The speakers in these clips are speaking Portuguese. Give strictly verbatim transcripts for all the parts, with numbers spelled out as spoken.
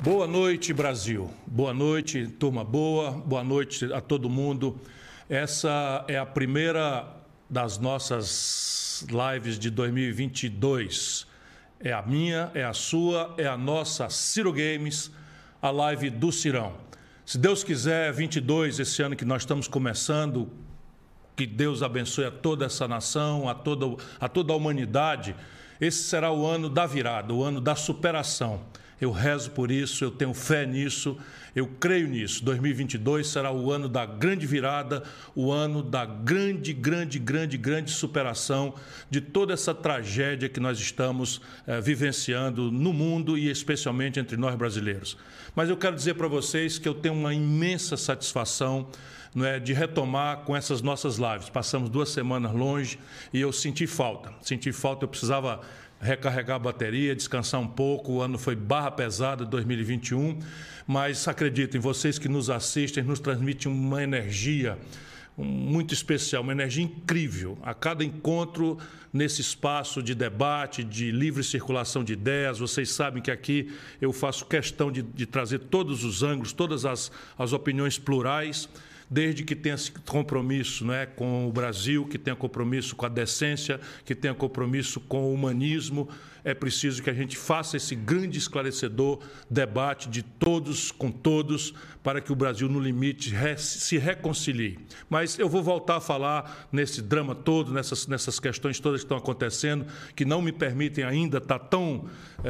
Boa noite, Brasil. Boa noite, turma boa. Boa noite a todo mundo. Essa é a primeira das nossas lives de dois mil e vinte e dois. É a minha, é a sua, é a nossa Ciro Games, a live do Cirão. Se Deus quiser, vinte e dois, esse ano que nós estamos começando, que Deus abençoe a toda essa nação, a toda, a toda a humanidade. Esse será o ano da virada, o ano da superação. Eu rezo por isso, eu tenho fé nisso, eu creio nisso. dois mil e vinte e dois será o ano da grande virada, o ano da grande, grande, grande, grande superação de toda essa tragédia que nós estamos eh, vivenciando no mundo e especialmente entre nós brasileiros. Mas eu quero dizer para vocês que eu tenho uma imensa satisfação, não é, de retomar com essas nossas lives. Passamos duas semanas longe e eu senti falta. Senti falta, eu precisava recarregar a bateria, descansar um pouco. O ano foi barra pesada, dois mil e vinte e um, mas acreditem, vocês que nos assistem, nos transmitem uma energia muito especial, uma energia incrível. A cada encontro nesse espaço de debate, de livre circulação de ideias, vocês sabem que aqui eu faço questão de, de trazer todos os ângulos, todas as, as opiniões plurais, desde que tenha compromisso, não é, com o Brasil, que tenha compromisso com a decência, que tenha compromisso com o humanismo. É preciso que a gente faça esse grande esclarecedor debate de todos com todos, para que o Brasil, no limite, se reconcilie. Mas eu vou voltar a falar nesse drama todo, nessas, nessas questões todas que estão acontecendo, que não me permitem ainda estar tão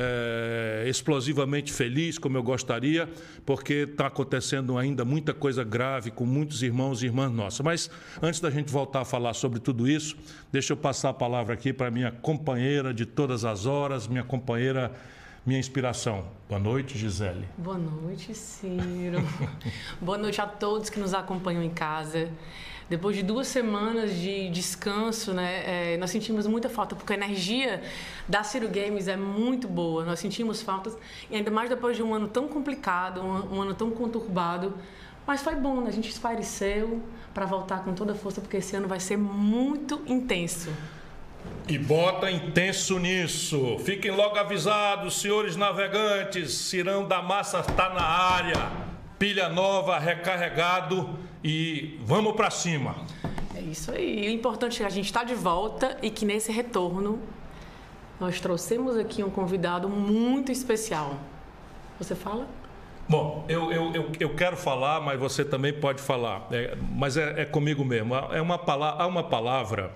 é, explosivamente feliz como eu gostaria, porque está acontecendo ainda muita coisa grave com muitos irmãos e irmãs nossas. Mas, antes da gente voltar a falar sobre tudo isso, deixa eu passar a palavra aqui para a minha companheira de todas as horas, minha companheira, minha inspiração. Boa noite, Gisele. Boa noite, Ciro. Boa noite a todos que nos acompanham em casa. Depois de duas semanas de descanso, né, é, nós sentimos muita falta, porque a energia da Ciro Games é muito boa. Nós sentimos faltas, e ainda mais depois de um ano tão complicado, um, um ano tão conturbado. Mas foi bom, né? A gente espaireceu para voltar com toda a força, porque esse ano vai ser muito intenso. E bota intenso nisso. Fiquem logo avisados, senhores navegantes. Cirão da Massa está na área. Pilha nova, recarregado e vamos para cima. É isso aí. O importante é que a gente está de volta e que nesse retorno nós trouxemos aqui um convidado muito especial. Você fala? Bom, eu, eu, eu, eu quero falar, mas você também pode falar. É, mas é, é comigo mesmo. É uma palavra, há uma palavra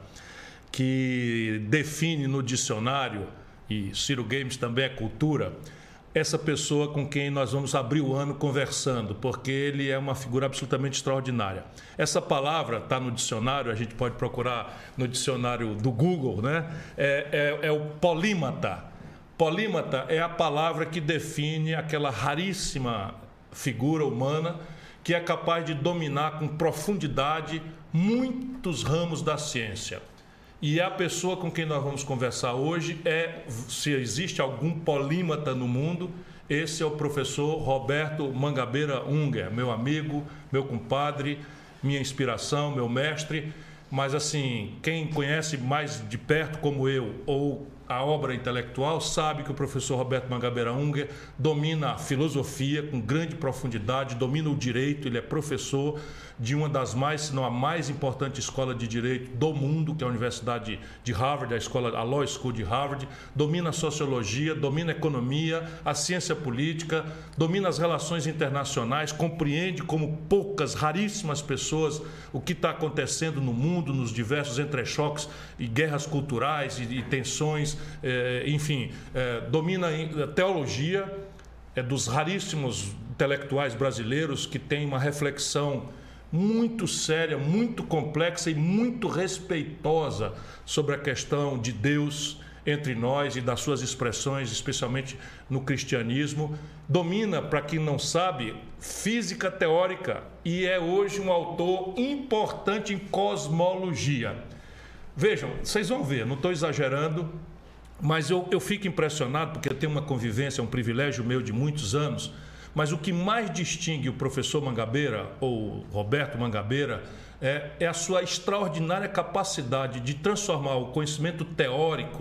que define no dicionário, e Ciro Games também é cultura, essa pessoa com quem nós vamos abrir o ano conversando, porque ele é uma figura absolutamente extraordinária. Essa palavra está no dicionário, a gente pode procurar no dicionário do Google, né? É, é, é o polímata. Polímata é a palavra que define aquela raríssima figura humana que é capaz de dominar com profundidade muitos ramos da ciência. E a pessoa com quem nós vamos conversar hoje é, se existe algum polímata no mundo, esse é o professor Roberto Mangabeira Unger, meu amigo, meu compadre, minha inspiração, meu mestre. Mas assim, quem conhece mais de perto como eu, ou a obra intelectual, sabe que o professor Roberto Mangabeira Unger domina a filosofia com grande profundidade, domina o direito, ele é professor de uma das mais, se não a mais importante escola de direito do mundo, que é a Universidade de Harvard, a escola, a Law School de Harvard, domina a sociologia, domina a economia, a ciência política, domina as relações internacionais, compreende como poucas, raríssimas pessoas o que está acontecendo no mundo, nos diversos entrechoques e guerras culturais e, e tensões, eh, enfim, eh, domina a teologia, é dos raríssimos intelectuais brasileiros que tem uma reflexão muito séria, muito complexa e muito respeitosa sobre a questão de Deus entre nós e das suas expressões, especialmente no cristianismo. Domina, para quem não sabe, física teórica e é hoje um autor importante em cosmologia. Vejam, vocês vão ver, não estou exagerando, mas eu, eu fico impressionado porque eu tenho uma convivência, um privilégio meu de muitos anos. Mas o que mais distingue o professor Mangabeira, ou Roberto Mangabeira, é, é a sua extraordinária capacidade de transformar o conhecimento teórico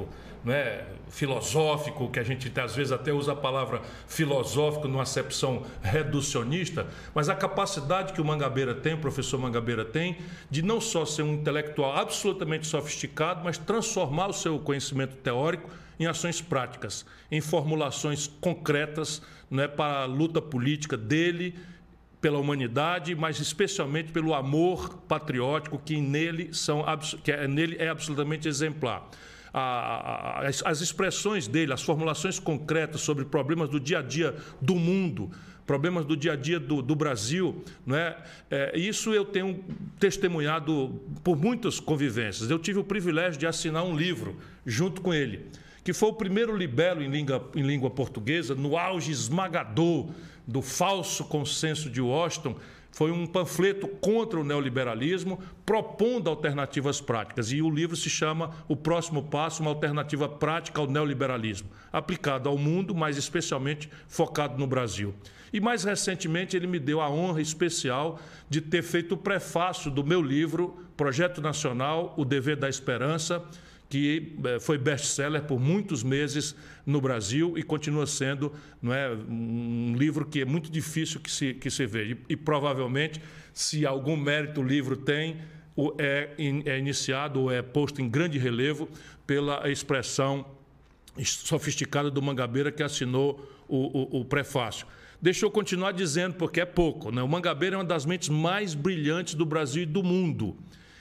né, filosófico, que a gente às vezes até usa a palavra filosófico numa acepção reducionista, mas a capacidade que o Mangabeira tem, o professor Mangabeira tem, de não só ser um intelectual absolutamente sofisticado, mas transformar o seu conhecimento teórico em ações práticas, em formulações concretas, né, para a luta política dele, pela humanidade, mas especialmente pelo amor patriótico que nele, são, que é, nele é absolutamente exemplar. A, a, as, as expressões dele, as formulações concretas sobre problemas do dia a dia do mundo, problemas do dia a dia do, do Brasil, não é? É, isso eu tenho testemunhado por muitas convivências. Eu tive o privilégio de assinar um livro junto com ele, que foi o primeiro libelo em língua, em língua portuguesa, no auge esmagador do falso consenso de Washington. Foi um panfleto contra o neoliberalismo, propondo alternativas práticas. E o livro se chama O Próximo Passo, uma alternativa prática ao neoliberalismo, aplicado ao mundo, mas especialmente focado no Brasil. E mais recentemente ele me deu a honra especial de ter feito o prefácio do meu livro, Projeto Nacional, O Dever da Esperança, que foi best-seller por muitos meses no Brasil e continua sendo, não é, um livro que é muito difícil que se, que se veja. E, e provavelmente, se algum mérito o livro tem, é, é iniciado ou é posto em grande relevo pela expressão sofisticada do Mangabeira, que assinou o, o, o prefácio. Deixa eu continuar dizendo, porque é pouco, né? O Mangabeira é uma das mentes mais brilhantes do Brasil e do mundo.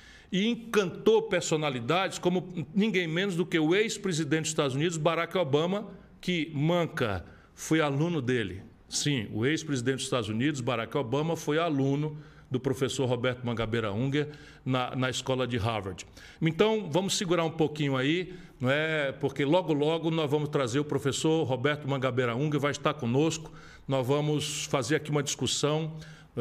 E encantou personalidades como ninguém menos do que o ex-presidente dos Estados Unidos, Barack Obama, que, Manca, foi aluno dele. Sim, o ex-presidente dos Estados Unidos, Barack Obama, foi aluno do professor Roberto Mangabeira Unger na, na escola de Harvard. Então, vamos segurar um pouquinho aí, não é? Porque logo, logo nós vamos trazer o professor Roberto Mangabeira Unger, vai estar conosco, nós vamos fazer aqui uma discussão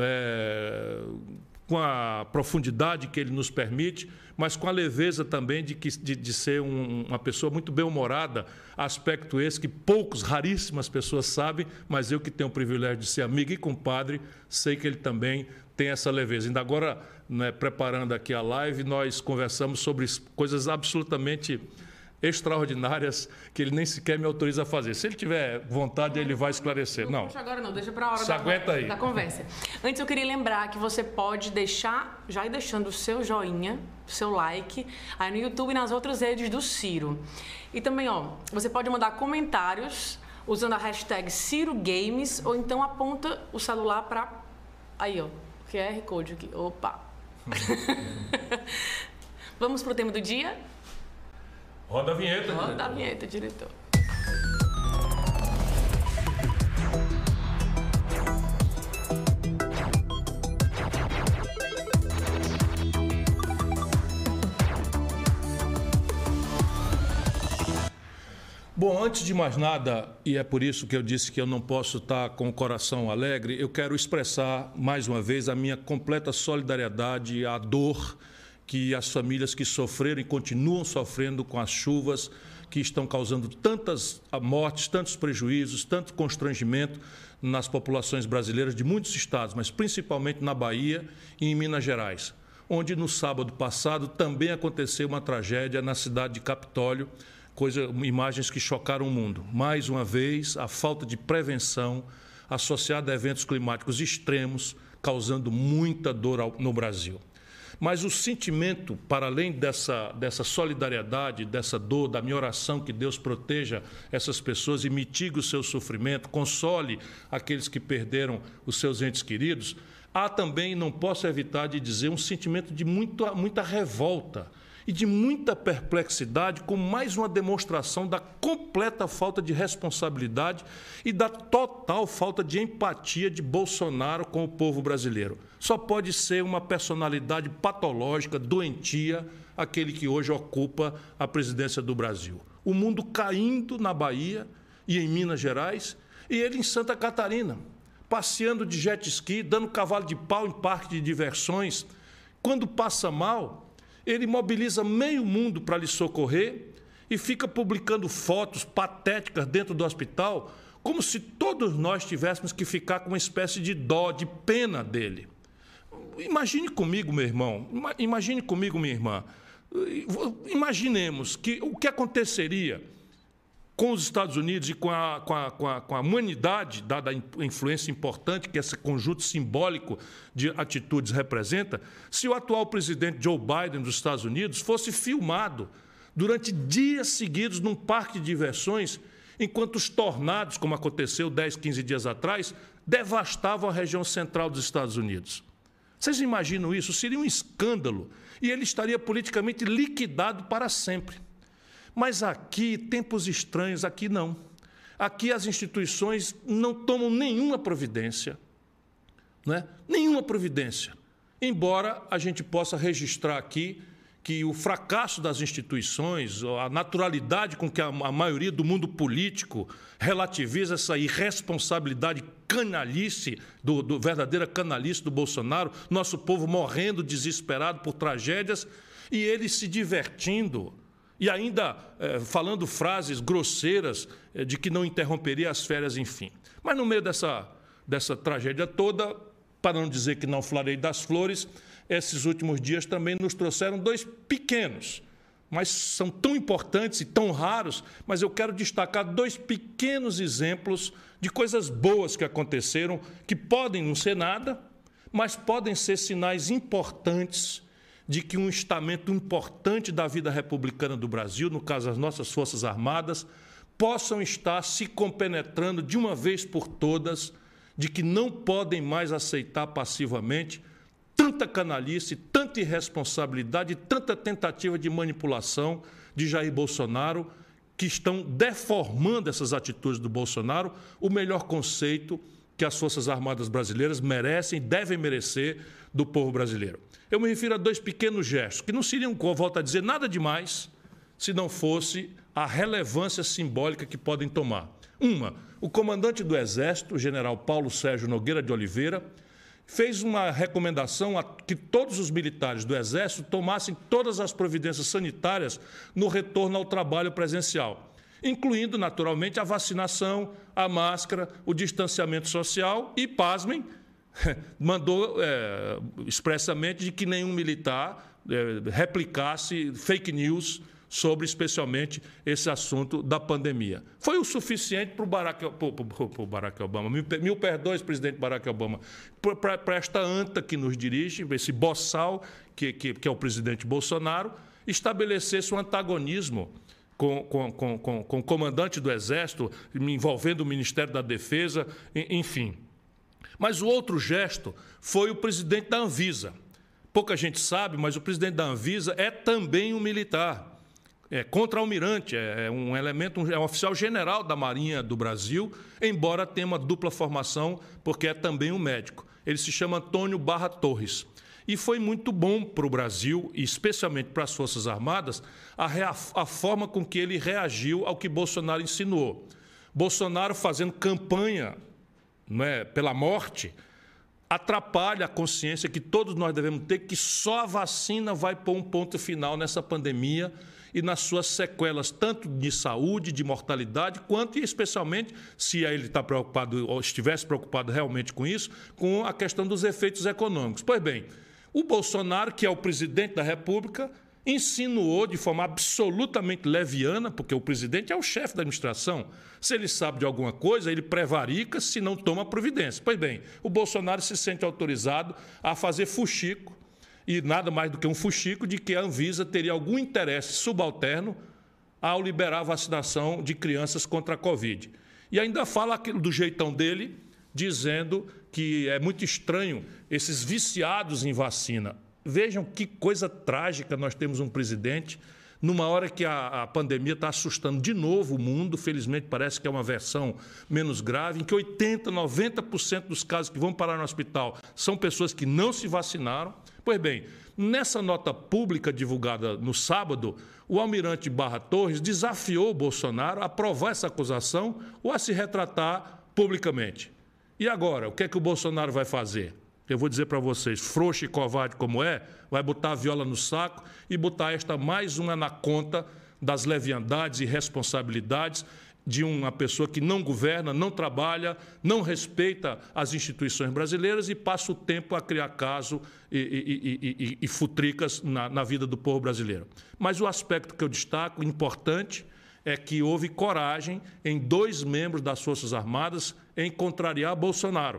é, com a profundidade que ele nos permite, mas com a leveza também de, que, de, de ser um, uma pessoa muito bem-humorada, aspecto esse que poucos, raríssimas pessoas sabem, mas eu que tenho o privilégio de ser amigo e compadre, sei que ele também tem essa leveza. Ainda agora, né, preparando aqui a live, nós conversamos sobre coisas absolutamente extraordinárias que ele nem sequer me autoriza a fazer. Se ele tiver vontade, ele vai esclarecer. Não, não agora não, deixa para a hora se da, aguenta aí. da conversa. Antes eu queria lembrar que você pode deixar, já ir deixando o seu joinha, o seu like, aí no YouTube e nas outras redes do Ciro. E também, ó, você pode mandar comentários usando a hashtag Ciro Games, ou então aponta o celular para... Aí, ó, Q R Code aqui. Opa! Vamos para o tema do dia? Roda a vinheta. Roda diretor. a vinheta, diretor. Bom, antes de mais nada, e é por isso que eu disse que eu não posso estar com o coração alegre, eu quero expressar mais uma vez a minha completa solidariedade à dor que as famílias que sofreram e continuam sofrendo com as chuvas que estão causando tantas mortes, tantos prejuízos, tanto constrangimento nas populações brasileiras de muitos estados, mas principalmente na Bahia e em Minas Gerais, onde no sábado passado também aconteceu uma tragédia na cidade de Capitólio, coisa, imagens que chocaram o mundo. Mais uma vez, a falta de prevenção associada a eventos climáticos extremos, causando muita dor no Brasil. Mas o sentimento, para além dessa, dessa solidariedade, dessa dor, da minha oração, que Deus proteja essas pessoas e mitigue o seu sofrimento, console aqueles que perderam os seus entes queridos, há também, não posso evitar de dizer, um sentimento de muita, muita revolta e de muita perplexidade, com mais uma demonstração da completa falta de responsabilidade e da total falta de empatia de Bolsonaro com o povo brasileiro. Só pode ser uma personalidade patológica, doentia, aquele que hoje ocupa a presidência do Brasil. O mundo caindo na Bahia e em Minas Gerais, e ele em Santa Catarina, passeando de jet ski, dando cavalo de pau em parque de diversões. Quando passa mal, ele mobiliza meio mundo para lhe socorrer e fica publicando fotos patéticas dentro do hospital, como se todos nós tivéssemos que ficar com uma espécie de dó, de pena dele. Imagine comigo, meu irmão, imagine comigo, minha irmã, imaginemos que, o que aconteceria com os Estados Unidos e com a, com a, com a, com a humanidade, dada a influência importante que esse conjunto simbólico de atitudes representa, se o atual presidente Joe Biden dos Estados Unidos fosse filmado durante dias seguidos num parque de diversões, enquanto os tornados, como aconteceu dez, quinze dias atrás, devastavam a região central dos Estados Unidos. Vocês imaginam isso? Seria um escândalo e ele estaria politicamente liquidado para sempre. Mas aqui, tempos estranhos, aqui não. Aqui as instituições não tomam nenhuma providência, né? Nenhuma providência. Embora a gente possa registrar aqui que o fracasso das instituições, a naturalidade com que a maioria do mundo político relativiza essa irresponsabilidade canalice, do, do verdadeira canalice do Bolsonaro, nosso povo morrendo desesperado por tragédias e ele se divertindo e ainda eh, falando frases grosseiras eh, de que não interromperia as férias, enfim. Mas no meio dessa, dessa tragédia toda, para não dizer que não falarei das flores, esses últimos dias também nos trouxeram dois pequenos, mas são tão importantes e tão raros, mas eu quero destacar dois pequenos exemplos de coisas boas que aconteceram, que podem não ser nada, mas podem ser sinais importantes de que um estamento importante da vida republicana do Brasil, no caso as nossas Forças Armadas, possam estar se compenetrando de uma vez por todas de que não podem mais aceitar passivamente tanta canalice, tanta irresponsabilidade, tanta tentativa de manipulação de Jair Bolsonaro, que estão deformando essas atitudes do Bolsonaro, o melhor conceito que as Forças Armadas brasileiras merecem e devem merecer do povo brasileiro. Eu me refiro a dois pequenos gestos, que não seriam, volto a dizer, nada demais se não fosse a relevância simbólica que podem tomar. Uma, o comandante do Exército, o general Paulo Sérgio Nogueira de Oliveira, fez uma recomendação a que todos os militares do Exército tomassem todas as providências sanitárias no retorno ao trabalho presencial, incluindo, naturalmente, a vacinação, a máscara, o distanciamento social e, pasmem, mandou é, expressamente de que nenhum militar é, replicasse fake news sobre, especialmente, esse assunto da pandemia. Foi o suficiente para o Barack, Barack Obama, mil, mil perdões, presidente Barack Obama, para esta anta que nos dirige, esse boçal que, que, que é o presidente Bolsonaro, estabelecesse um antagonismo com, com, com, com, com o comandante do Exército, envolvendo o Ministério da Defesa, enfim. Mas o outro gesto foi o presidente da Anvisa. Pouca gente sabe, mas o presidente da Anvisa é também um militar. É contra-almirante, é um elemento, é um oficial general da Marinha do Brasil, embora tenha uma dupla formação, porque é também um médico. Ele se chama Antônio Barra Torres. E foi muito bom para o Brasil, e especialmente para as Forças Armadas, a, a forma com que ele reagiu ao que Bolsonaro insinuou. Bolsonaro fazendo campanha, não é, pela morte, atrapalha a consciência que todos nós devemos ter que só a vacina vai pôr um ponto final nessa pandemia e nas suas sequelas, tanto de saúde, de mortalidade, quanto, e especialmente, se ele está preocupado, ou estivesse preocupado realmente com isso, com a questão dos efeitos econômicos. Pois bem, o Bolsonaro, que é o presidente da República, insinuou de forma absolutamente leviana, porque o presidente é o chefe da administração. Se ele sabe de alguma coisa, ele prevarica se não toma providência. Pois bem, o Bolsonaro se sente autorizado a fazer fuxico, e nada mais do que um fuxico de que a Anvisa teria algum interesse subalterno ao liberar a vacinação de crianças contra a Covid. E ainda fala aquilo do jeitão dele, dizendo que é muito estranho esses viciados em vacina. Vejam que coisa trágica, nós temos um presidente, numa hora que a, a pandemia está assustando de novo o mundo, felizmente parece que é uma versão menos grave, em que oitenta por cento, noventa por cento dos casos que vão parar no hospital são pessoas que não se vacinaram. Pois bem, nessa nota pública divulgada no sábado, o almirante Barra Torres desafiou o Bolsonaro a provar essa acusação ou a se retratar publicamente. E agora, o que é que o Bolsonaro vai fazer? Eu vou dizer para vocês, frouxo e covarde como é, vai botar a viola no saco e botar esta mais uma na conta das leviandades e responsabilidades de uma pessoa que não governa, não trabalha, não respeita as instituições brasileiras e passa o tempo a criar caso e, e, e, e, e futricas na, na vida do povo brasileiro. Mas o aspecto que eu destaco, importante, é que houve coragem em dois membros das Forças Armadas em contrariar Bolsonaro.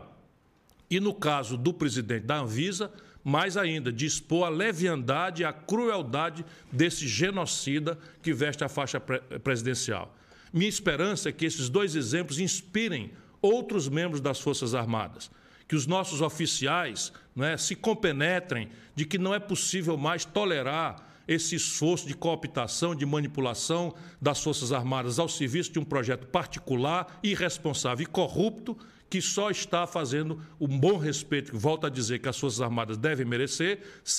E, no caso do presidente da Anvisa, mais ainda, de expor a leviandade e a crueldade desse genocida que veste a faixa presidencial. Minha esperança é que esses dois exemplos inspirem outros membros das Forças Armadas, que os nossos oficiais, né, se compenetrem de que não é possível mais tolerar esse esforço de cooptação, de manipulação das Forças Armadas ao serviço de um projeto particular, irresponsável e corrupto, que só está fazendo um bom respeito, que volto a dizer que as Forças Armadas devem merecer,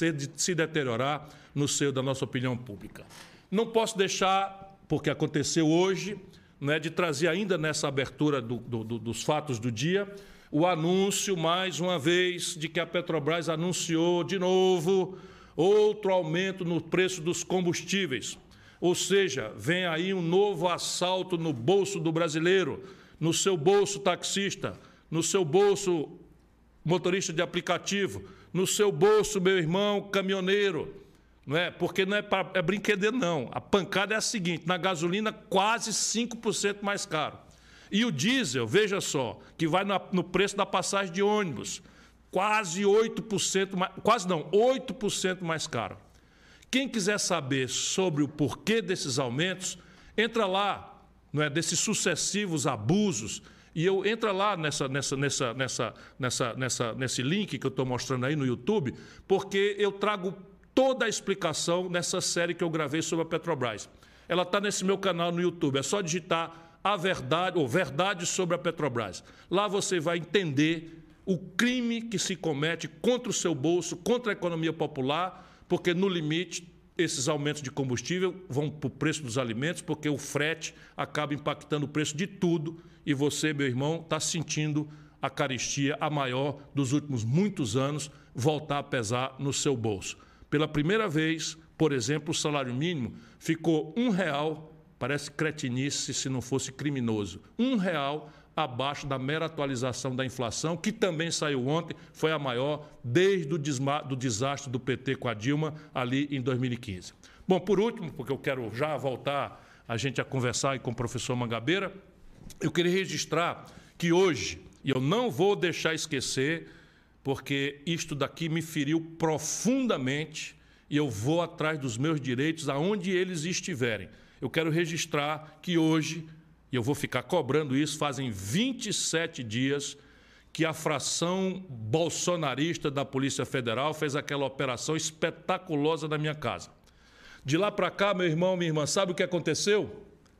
se deteriorar no seio da nossa opinião pública. Não posso deixar, porque aconteceu hoje, né, de trazer ainda nessa abertura do, do, dos fatos do dia, o anúncio, mais uma vez, de que a Petrobras anunciou de novo outro aumento no preço dos combustíveis. Ou seja, vem aí um novo assalto no bolso do brasileiro, no seu bolso taxista, no seu bolso motorista de aplicativo, no seu bolso, meu irmão, caminhoneiro. Não é? Porque não é, pra, é brinquedeiro, não. A pancada é a seguinte, na gasolina quase cinco por cento mais caro. E o diesel, veja só, que vai no preço da passagem de ônibus, quase oito por cento mais, quase não, oito por cento mais caro. Quem quiser saber sobre o porquê desses aumentos, entra lá, não é, desses sucessivos abusos, e eu entra lá nessa, nessa, nessa, nessa, nessa, nessa, nesse link que eu estou mostrando aí no YouTube, porque eu trago toda a explicação nessa série que eu gravei sobre a Petrobras. Ela está nesse meu canal no YouTube, é só digitar a verdade, ou verdade sobre a Petrobras. Lá você vai entender o crime que se comete contra o seu bolso, contra a economia popular, porque, no limite, esses aumentos de combustível vão para o preço dos alimentos, porque o frete acaba impactando o preço de tudo e você, meu irmão, está sentindo a carestia, a maior dos últimos muitos anos, voltar a pesar no seu bolso. Pela primeira vez, por exemplo, o salário mínimo ficou um real, parece cretinice se não fosse criminoso, um real abaixo da mera atualização da inflação, que também saiu ontem, foi a maior desde o do desastre do P T com a Dilma, ali em dois mil e quinze. Bom, por último, porque eu quero já voltar a gente a conversar com o professor Mangabeira, eu queria registrar que hoje, e eu não vou deixar esquecer, porque isto daqui me feriu profundamente e eu vou atrás dos meus direitos aonde eles estiverem. Eu quero registrar que hoje, e eu vou ficar cobrando isso, fazem vinte e sete dias que a fração bolsonarista da Polícia Federal fez aquela operação espetaculosa na minha casa. De lá para cá, meu irmão, minha irmã, sabe o que aconteceu?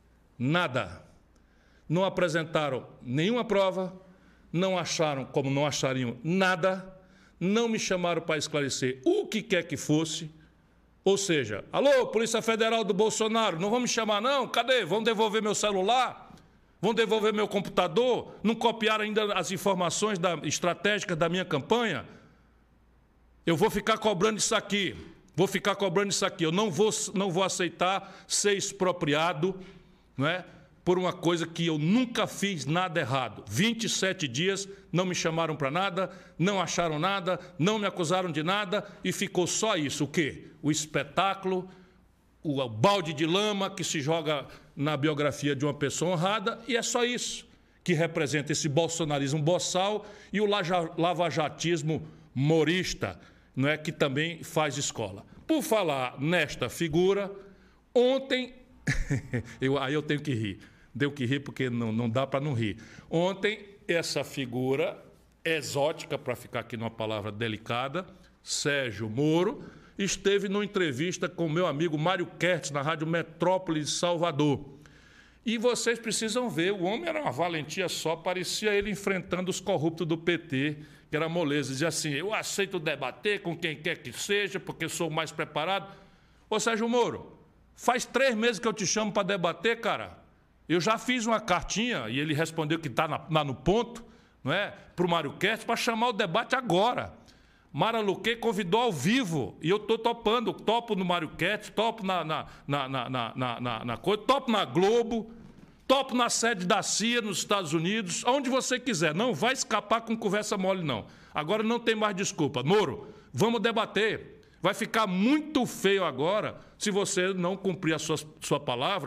Nada. Não apresentaram nenhuma prova, não acharam, como não achariam, nada, não me chamaram para esclarecer o que quer que fosse. Ou seja, alô, Polícia Federal do Bolsonaro, não vão me chamar não? Cadê? Vão devolver meu celular? Vão devolver meu computador? Não copiaram ainda as informações da, estratégicas da minha campanha? Eu vou ficar cobrando isso aqui. Vou ficar cobrando isso aqui. Eu não vou, não vou aceitar ser expropriado, não é, por uma coisa que eu nunca fiz nada errado. vinte e sete dias, não me chamaram para nada, não acharam nada, não me acusaram de nada e ficou só isso. O quê? O espetáculo, o balde de lama que se joga na biografia de uma pessoa honrada, e é só isso que representa esse bolsonarismo boçal e o lavajatismo morista, não é, que também faz escola. Por falar nesta figura, ontem, eu, aí eu tenho que rir, deu que rir porque não, não dá para não rir. Ontem, essa figura exótica, para ficar aqui numa palavra delicada, Sérgio Moro, esteve numa entrevista com o meu amigo Mário Kertz, na Rádio Metrópole de Salvador. E vocês precisam ver, o homem era uma valentia só, parecia ele enfrentando os corruptos do P T, que era moleza. Dizia assim, eu aceito debater com quem quer que seja, porque sou mais preparado. Ô, Sérgio Moro, faz três meses que eu te chamo para debater, cara. Eu já fiz uma cartinha, e ele respondeu que está lá no ponto, não é, para o Mário Kertz, para chamar o debate agora. Mara Luque convidou ao vivo, e eu estou topando, topo no Mário Kertz, topo na, na, na, na, na, na, na coisa, topo na Globo, topo na sede da C I A nos Estados Unidos, onde você quiser. Não vai escapar com conversa mole, não. Agora não tem mais desculpa. Moro, vamos debater. Vai ficar muito feio agora se você não cumprir a sua, sua palavra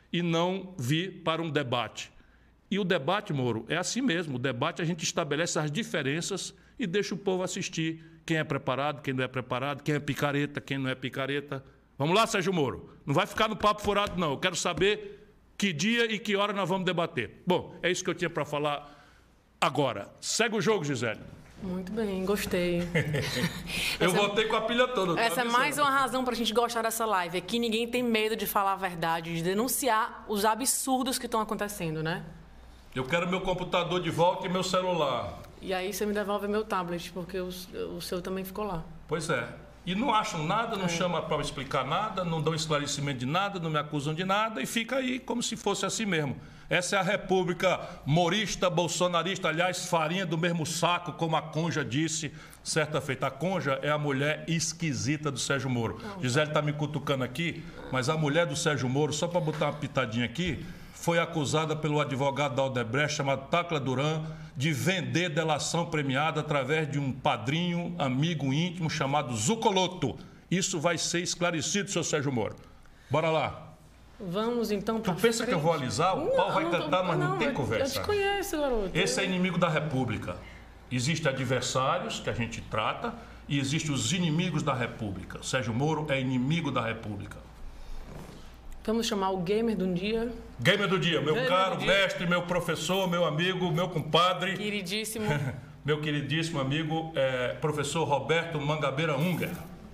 e não vir para um debate. E o debate, Moro, é assim mesmo. O debate a gente estabelece as diferenças e deixa o povo assistir quem é preparado, quem não é preparado, quem é picareta, quem não é picareta. Vamos lá, Sérgio Moro. Não vai ficar no papo furado, não. Eu quero saber que dia e que hora nós vamos debater. Bom, é isso que eu tinha para falar agora. Segue o jogo, Gisele. Muito bem, gostei. Eu voltei com a pilha toda. Essa é mais uma razão para a gente gostar dessa live. É que ninguém tem medo de falar a verdade, de denunciar os absurdos que estão acontecendo, né? Eu quero meu computador de volta e meu celular. E aí você me devolve meu tablet, porque o, o seu também ficou lá. Pois é. E não acham nada, não é. chamam para explicar nada, não dão esclarecimento de nada, não me acusam de nada e fica aí como se fosse assim mesmo. Essa é a república morista, bolsonarista, aliás, farinha do mesmo saco, como a Conja disse certa feita. A Conja é a mulher esquisita do Sérgio Moro. Não. Gisele está me cutucando aqui, mas a mulher do Sérgio Moro, só para botar uma pitadinha aqui, foi acusada pelo advogado da Odebrecht, chamado Tacla Duran, de vender delação premiada através de um padrinho, amigo íntimo, chamado Zucoloto. Isso vai ser esclarecido, seu Sérgio Moro. Bora lá. Vamos então para Tu pensa frente. que eu vou alisar? O não, pau vai não, cantar, mas não, não tem eu, conversa. Eu te conheço, garoto. Esse é inimigo da República. Existem adversários que a gente trata e existem os inimigos da República. Sérgio Moro é inimigo da República. Vamos chamar o gamer do dia. Gamer do dia, meu gamer caro dia. mestre, meu professor, meu amigo, meu compadre. Queridíssimo. Meu queridíssimo amigo, é, professor Roberto Mangabeira Unger.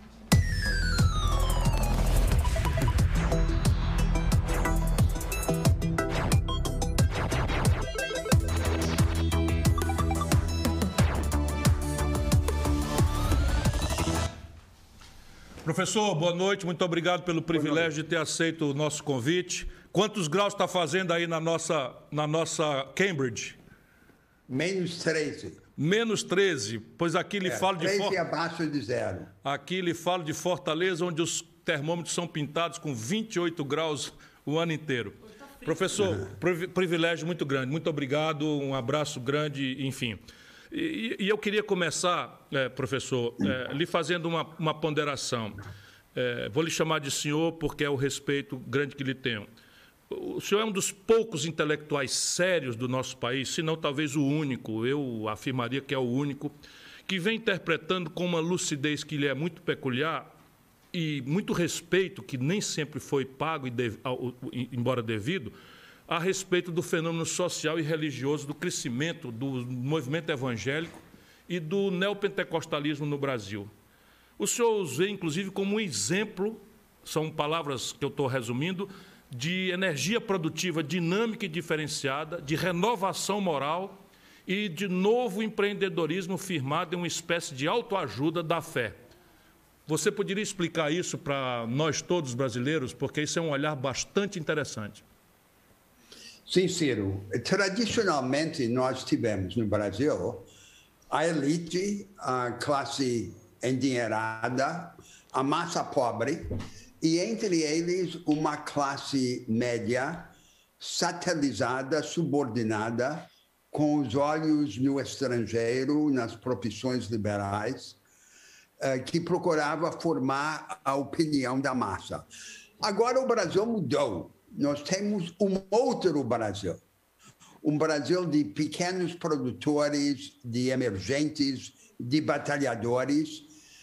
Professor, boa noite, muito obrigado pelo privilégio de ter aceito o nosso convite. Quantos graus está fazendo aí na nossa, na nossa Cambridge? Menos treze. Menos treze, pois aqui lhe é, falo de... treze abaixo de zero. Aqui lhe falo de Fortaleza, onde os termômetros são pintados com vinte e oito graus o ano inteiro. Professor, uhum. privilégio muito grande, muito obrigado, um abraço grande, enfim... E, e eu queria começar, é, professor, é, lhe fazendo uma, uma ponderação. É, vou lhe chamar de senhor porque é o respeito grande que lhe tenho. O senhor é um dos poucos intelectuais sérios do nosso país, se não talvez o único, eu afirmaria que é o único, que vem interpretando com uma lucidez que lhe é muito peculiar e muito respeito, que nem sempre foi pago, e deve, embora devido, a respeito do fenômeno social e religioso, do crescimento do movimento evangélico e do neopentecostalismo no Brasil. O senhor os vê, inclusive, como um exemplo, são palavras que eu estou resumindo, de energia produtiva dinâmica e diferenciada, de renovação moral e de novo empreendedorismo firmado em uma espécie de autoajuda da fé. Você poderia explicar isso para nós todos brasileiros, porque isso é um olhar bastante interessante. Sim, Ciro. Tradicionalmente, nós tivemos no Brasil a elite, a classe endinheirada, a massa pobre e, entre eles, uma classe média satelizada, subordinada, com os olhos no estrangeiro, nas profissões liberais, que procurava formar a opinião da massa. Agora o Brasil mudou. Nós temos um outro Brasil, um Brasil de pequenos produtores, de emergentes, de batalhadores.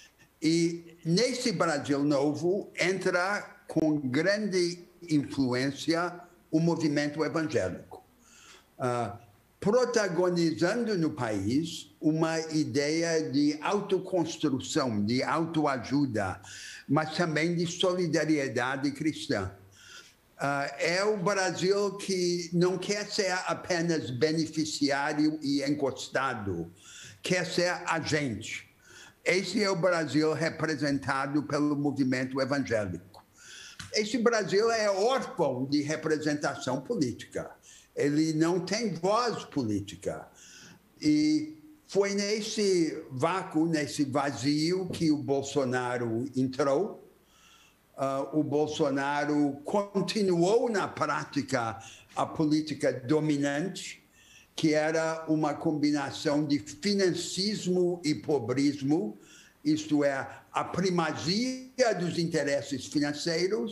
E nesse Brasil novo entra com grande influência o movimento evangélico, uh, protagonizando no país uma ideia de autoconstrução, de autoajuda, mas também de solidariedade cristã. Uh, é o Brasil que não quer ser apenas beneficiário e encostado, quer ser agente. Esse é o Brasil representado pelo movimento evangélico. Esse Brasil é órfão de representação política. Ele não tem voz política. E foi nesse vácuo, nesse vazio, que o Bolsonaro entrou. Uh, o Bolsonaro continuou na prática a política dominante, que era uma combinação de financismo e pobrismo, isto é, a primazia dos interesses financeiros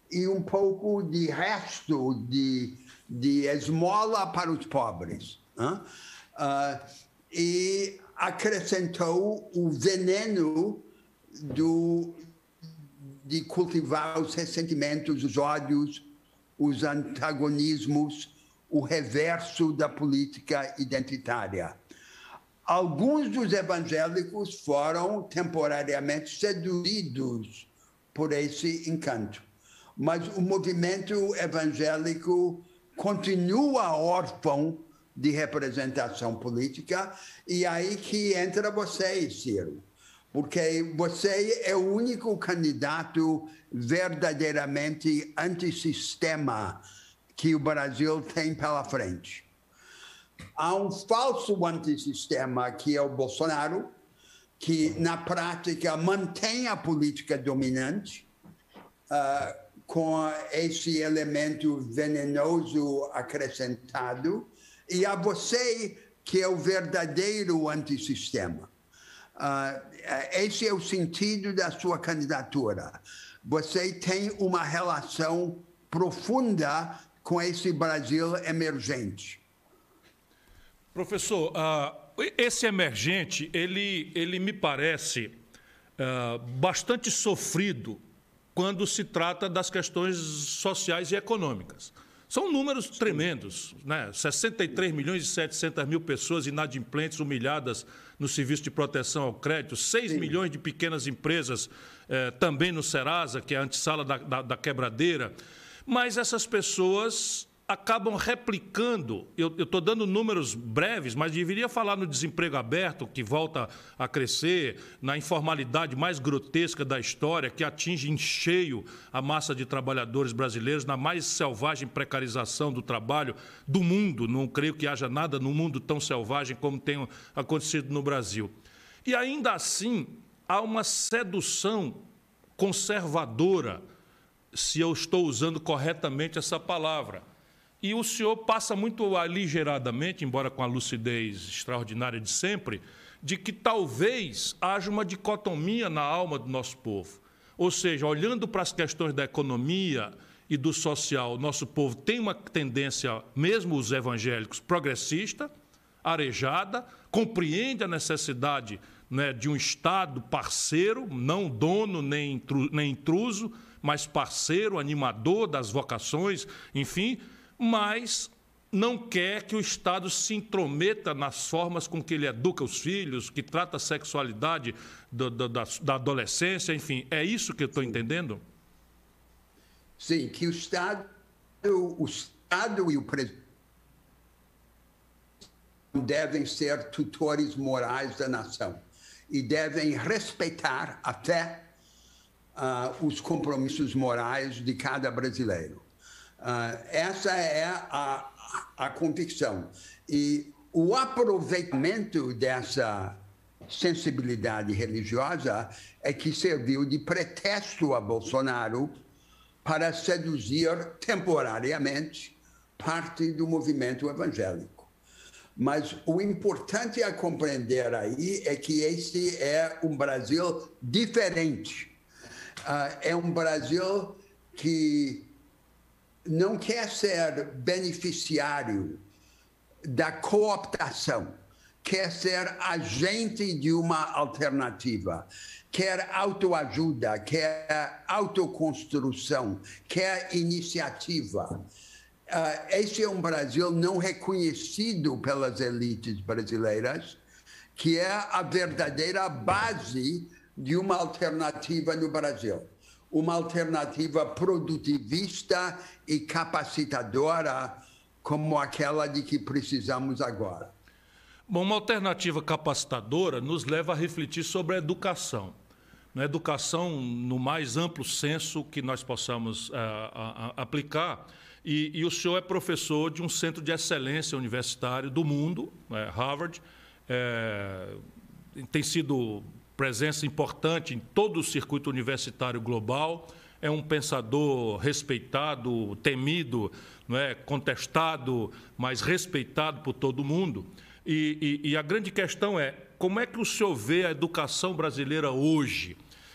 e um pouco de resto de, de esmola para os pobres. Né? Uh, e acrescentou o veneno do, de cultivar os ressentimentos, os ódios, os antagonismos, o reverso da política identitária. Alguns dos evangélicos foram temporariamente seduzidos por esse encanto, mas o movimento evangélico continua órfão de representação política, e aí que entra você, Ciro, porque você é o único candidato verdadeiramente antissistema que o Brasil tem pela frente. Há um falso antissistema, que é o Bolsonaro, que, na prática, mantém a política dominante, uh, com esse elemento venenoso acrescentado, e há você, que é o verdadeiro antissistema. Uh, esse é o sentido da sua candidatura. Você tem uma relação profunda com esse Brasil emergente. Professor, uh, esse emergente, ele, ele me parece uh, bastante sofrido quando se trata das questões sociais e econômicas. São números tremendos, né? sessenta e três milhões e setecentas mil pessoas inadimplentes, humilhadas no Serviço de Proteção ao Crédito, seis milhões de pequenas empresas eh, também no Serasa, que é a antessala da, da, da quebradeira. Mas essas pessoas acabam replicando, eu estou dando números breves, mas deveria falar no desemprego aberto, que volta a crescer, na informalidade mais grotesca da história, que atinge em cheio a massa de trabalhadores brasileiros, na mais selvagem precarização do trabalho do mundo. Não creio que haja nada no mundo tão selvagem como tem acontecido no Brasil. E ainda assim, há uma sedução conservadora, se eu estou usando corretamente essa palavra. E o senhor passa muito aligeradamente, embora com a lucidez extraordinária de sempre, de que talvez haja uma dicotomia na alma do nosso povo. Ou seja, olhando para as questões da economia e do social, o nosso povo tem uma tendência, mesmo os evangélicos, progressista, arejada, compreende a necessidade, né, de um Estado parceiro, não dono nem intruso, mas parceiro, animador das vocações, enfim, mas não quer que o Estado se intrometa nas formas com que ele educa os filhos, que trata a sexualidade do, do, da, da adolescência, enfim. É isso que eu estou entendendo? Sim, que o Estado, o Estado e o presidente devem ser tutores morais da nação e devem respeitar até uh, os compromissos morais de cada brasileiro. Uh, essa é a, a convicção. E o aproveitamento dessa sensibilidade religiosa é que serviu de pretexto a Bolsonaro para seduzir temporariamente parte do movimento evangélico. Mas o importante a compreender aí é que esse é um Brasil diferente. Uh, é um Brasil que não quer ser beneficiário da cooptação, quer ser agente de uma alternativa, quer autoajuda, quer autoconstrução, quer iniciativa. Uh, esse é um Brasil não reconhecido pelas elites brasileiras, que é a verdadeira base de uma alternativa no Brasil. Uma alternativa produtivista e capacitadora como aquela de que precisamos agora. Bom, uma alternativa capacitadora nos leva a refletir sobre a educação. A educação no mais amplo senso que nós possamos uh, a, a, aplicar. E, e o senhor é professor de um centro de excelência universitário do mundo, é, Harvard, é, tem sido presença importante em todo o circuito universitário global, é um pensador respeitado, temido, não é? Contestado, mas respeitado por todo mundo. E, e, e a grande questão é, como é que o senhor vê a educação brasileira hoje?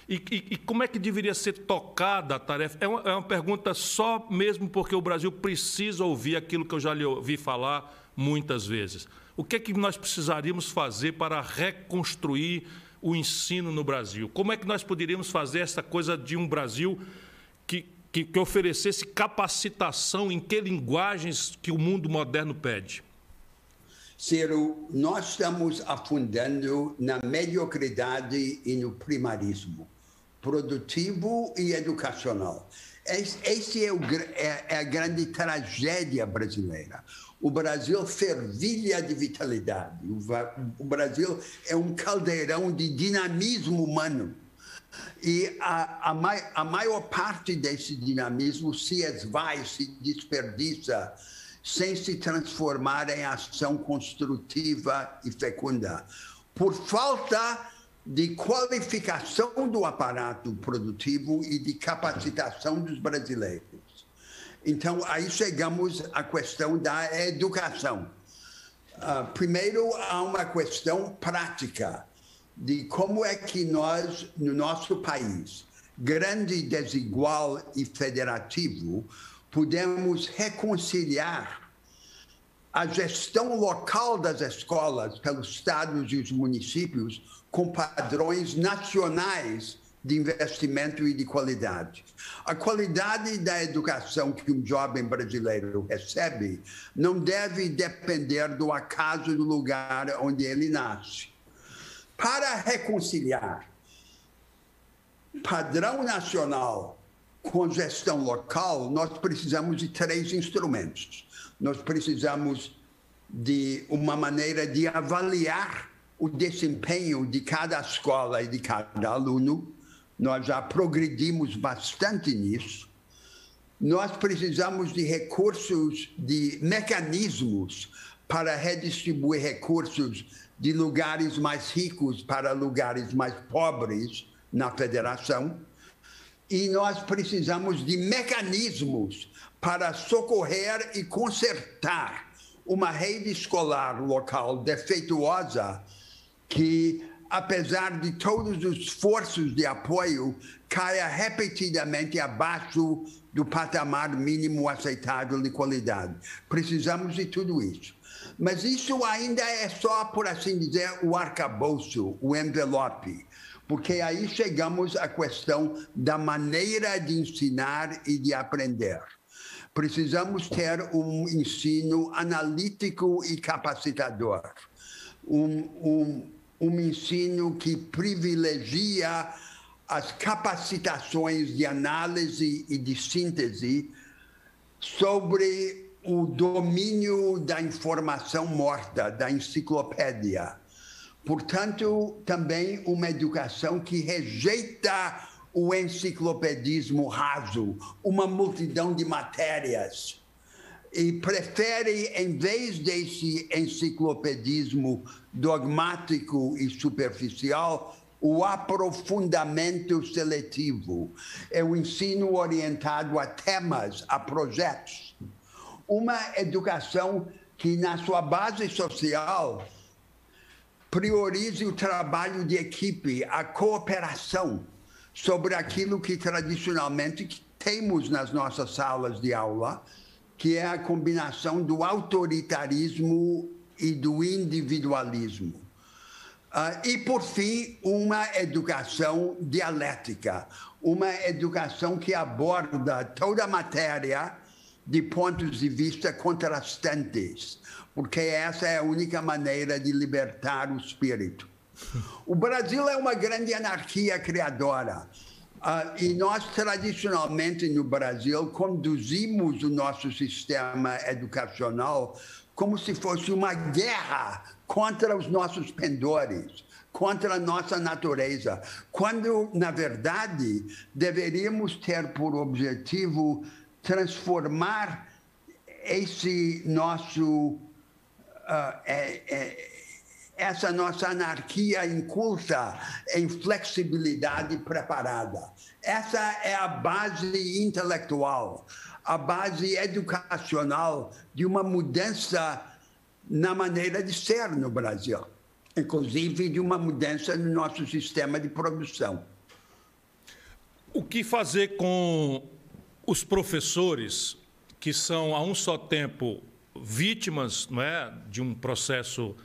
E, e, e como é que deveria ser tocada a tarefa? É uma, é uma pergunta só mesmo porque o Brasil precisa ouvir aquilo que eu já lhe ouvi falar muitas vezes. O que é que nós precisaríamos fazer para reconstruir o ensino no Brasil? Como é que nós poderíamos fazer essa coisa de um Brasil que, que, que oferecesse capacitação em que linguagens que o mundo moderno pede? Ciro, nós estamos afundando na mediocridade e no primarismo produtivo e educacional. Essa é, é, é a grande tragédia brasileira. O Brasil fervilha de vitalidade. O, o Brasil é um caldeirão de dinamismo humano. E a, a, a maior parte desse dinamismo se esvai, se desperdiça, sem se transformar em ação construtiva e fecunda, por falta de qualificação do aparato produtivo e de capacitação dos brasileiros. Então, aí chegamos à questão da educação. Uh, primeiro, há uma questão prática de como é que nós, no nosso país, grande, desigual e federativo, podemos reconciliar a gestão local das escolas pelos estados e os municípios com padrões nacionais de investimento e de qualidade. A qualidade da educação que um jovem brasileiro recebe não deve depender do acaso do lugar onde ele nasce. Para reconciliar padrão nacional com gestão local, nós precisamos de três instrumentos. Nós precisamos de uma maneira de avaliar o desempenho de cada escola e de cada aluno. Nós já progredimos bastante nisso. Nós precisamos de recursos, de mecanismos para redistribuir recursos de lugares mais ricos para lugares mais pobres na federação. E nós precisamos de mecanismos para socorrer e consertar uma rede escolar local defeituosa que, apesar de todos os esforços de apoio, caia repetidamente abaixo do patamar mínimo aceitável de qualidade. Precisamos de tudo isso. Mas isso ainda é só, por assim dizer, o arcabouço, o envelope, porque aí chegamos à questão da maneira de ensinar e de aprender. Precisamos ter um ensino analítico e capacitador, um, um, um ensino que privilegia as capacitações de análise e de síntese sobre o domínio da informação morta, da enciclopédia. Portanto, também uma educação que rejeita o enciclopedismo raso, uma multidão de matérias, e prefere, em vez desse enciclopedismo dogmático e superficial, o aprofundamento seletivo. É o ensino orientado a temas, a projetos. Uma educação que, na sua base social, priorize o trabalho de equipe, a cooperação, sobre aquilo que tradicionalmente temos nas nossas salas de aula, que é a combinação do autoritarismo e do individualismo. Uh, e, por fim, uma educação dialética, uma educação que aborda toda a matéria de pontos de vista contrastantes, porque essa é a única maneira de libertar o espírito. O Brasil é uma grande anarquia criadora. Uh, e nós, tradicionalmente, no Brasil, conduzimos o nosso sistema educacional como se fosse uma guerra contra os nossos pendores, contra a nossa natureza, quando, na verdade, deveríamos ter por objetivo transformar esse nosso... Uh, é, é, essa nossa anarquia inculta em flexibilidade preparada. Essa é a base intelectual, a base educacional de uma mudança na maneira de ser no Brasil, inclusive de uma mudança no nosso sistema de produção. O que fazer com os professores que são, a um só tempo, vítimas, não é, de um processo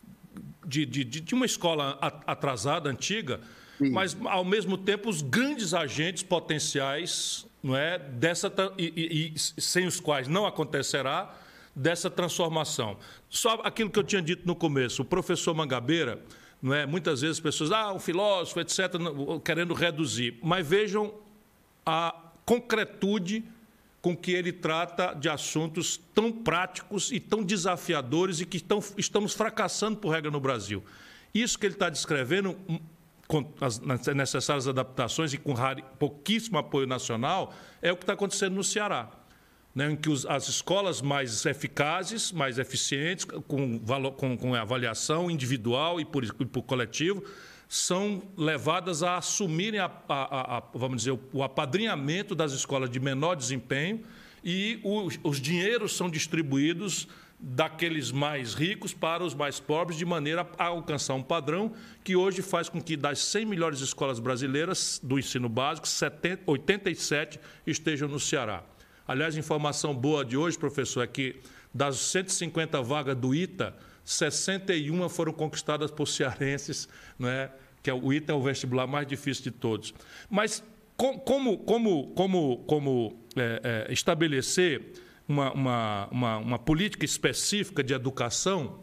de, de, de uma escola atrasada, antiga, sim, mas, ao mesmo tempo, os grandes agentes potenciais, não é, dessa, e, e, e sem os quais não acontecerá, dessa transformação. Só aquilo que eu tinha dito no começo, o professor Mangabeira, não é, muitas vezes as pessoas, ah, um filósofo, etcétera, querendo reduzir, mas vejam a concretude com que ele trata de assuntos tão práticos e tão desafiadores e que estão, estamos fracassando, por regra, no Brasil. Isso que ele está descrevendo, com as necessárias adaptações e com pouquíssimo apoio nacional, é o que está acontecendo no Ceará, né, em que os, as escolas mais eficazes, mais eficientes, com, valor, com, com avaliação individual e por, e por coletivo, são levadas a assumirem, a, a, a, vamos dizer, o apadrinhamento das escolas de menor desempenho e os, os dinheiros são distribuídos daqueles mais ricos para os mais pobres, de maneira a alcançar um padrão que hoje faz com que, das cem melhores escolas brasileiras do ensino básico, setenta, oitenta e sete estejam no Ceará. Aliás, informação boa de hoje, professor, é que das cento e cinquenta vagas do I T A, sessenta e uma foram conquistadas por cearenses, não é? Que é, o I T A é o vestibular mais difícil de todos. Mas com, como, como, como, como é, é, estabelecer uma, uma, uma, uma política específica de educação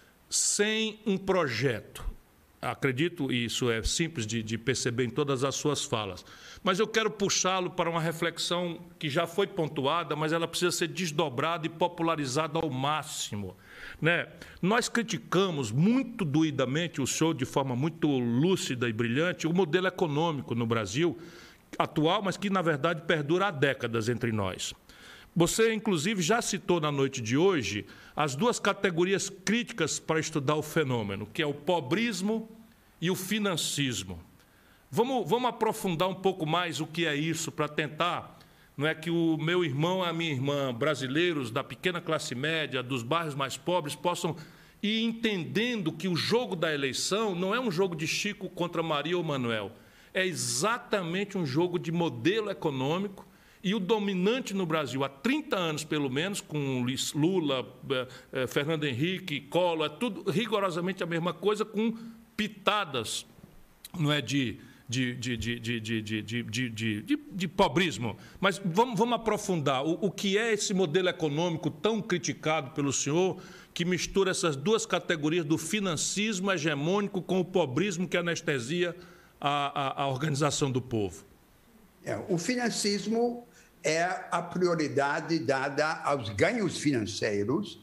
sem um projeto? Acredito, e isso é simples de, de perceber em todas as suas falas, mas eu quero puxá-lo para uma reflexão que já foi pontuada, mas ela precisa ser desdobrada e popularizada ao máximo. Né? Nós criticamos muito doidamente, o senhor de forma muito lúcida e brilhante, o modelo econômico no Brasil atual, mas que, na verdade, perdura há décadas entre nós. Você, inclusive, já citou na noite de hoje as duas categorias críticas para estudar o fenômeno, que é o pobrismo e o financismo. Vamos, vamos aprofundar um pouco mais o que é isso para tentar, não é, que o meu irmão e a minha irmã, brasileiros da pequena classe média, dos bairros mais pobres, possam ir entendendo que o jogo da eleição não é um jogo de Chico contra Maria ou Manuel, é exatamente um jogo de modelo econômico. E o dominante no Brasil, há trinta anos pelo menos, com Lula, Fernando Henrique, Collor, é tudo rigorosamente a mesma coisa, com pitadas, não é, de, de, de, de, de, de, de, de, de, de, de pobrismo. Mas vamos, vamos aprofundar. O, o que é esse modelo econômico tão criticado pelo senhor, que mistura essas duas categorias do financismo hegemônico com o pobrismo que anestesia a, a, a organização do povo? É, o financismo é a prioridade dada aos ganhos financeiros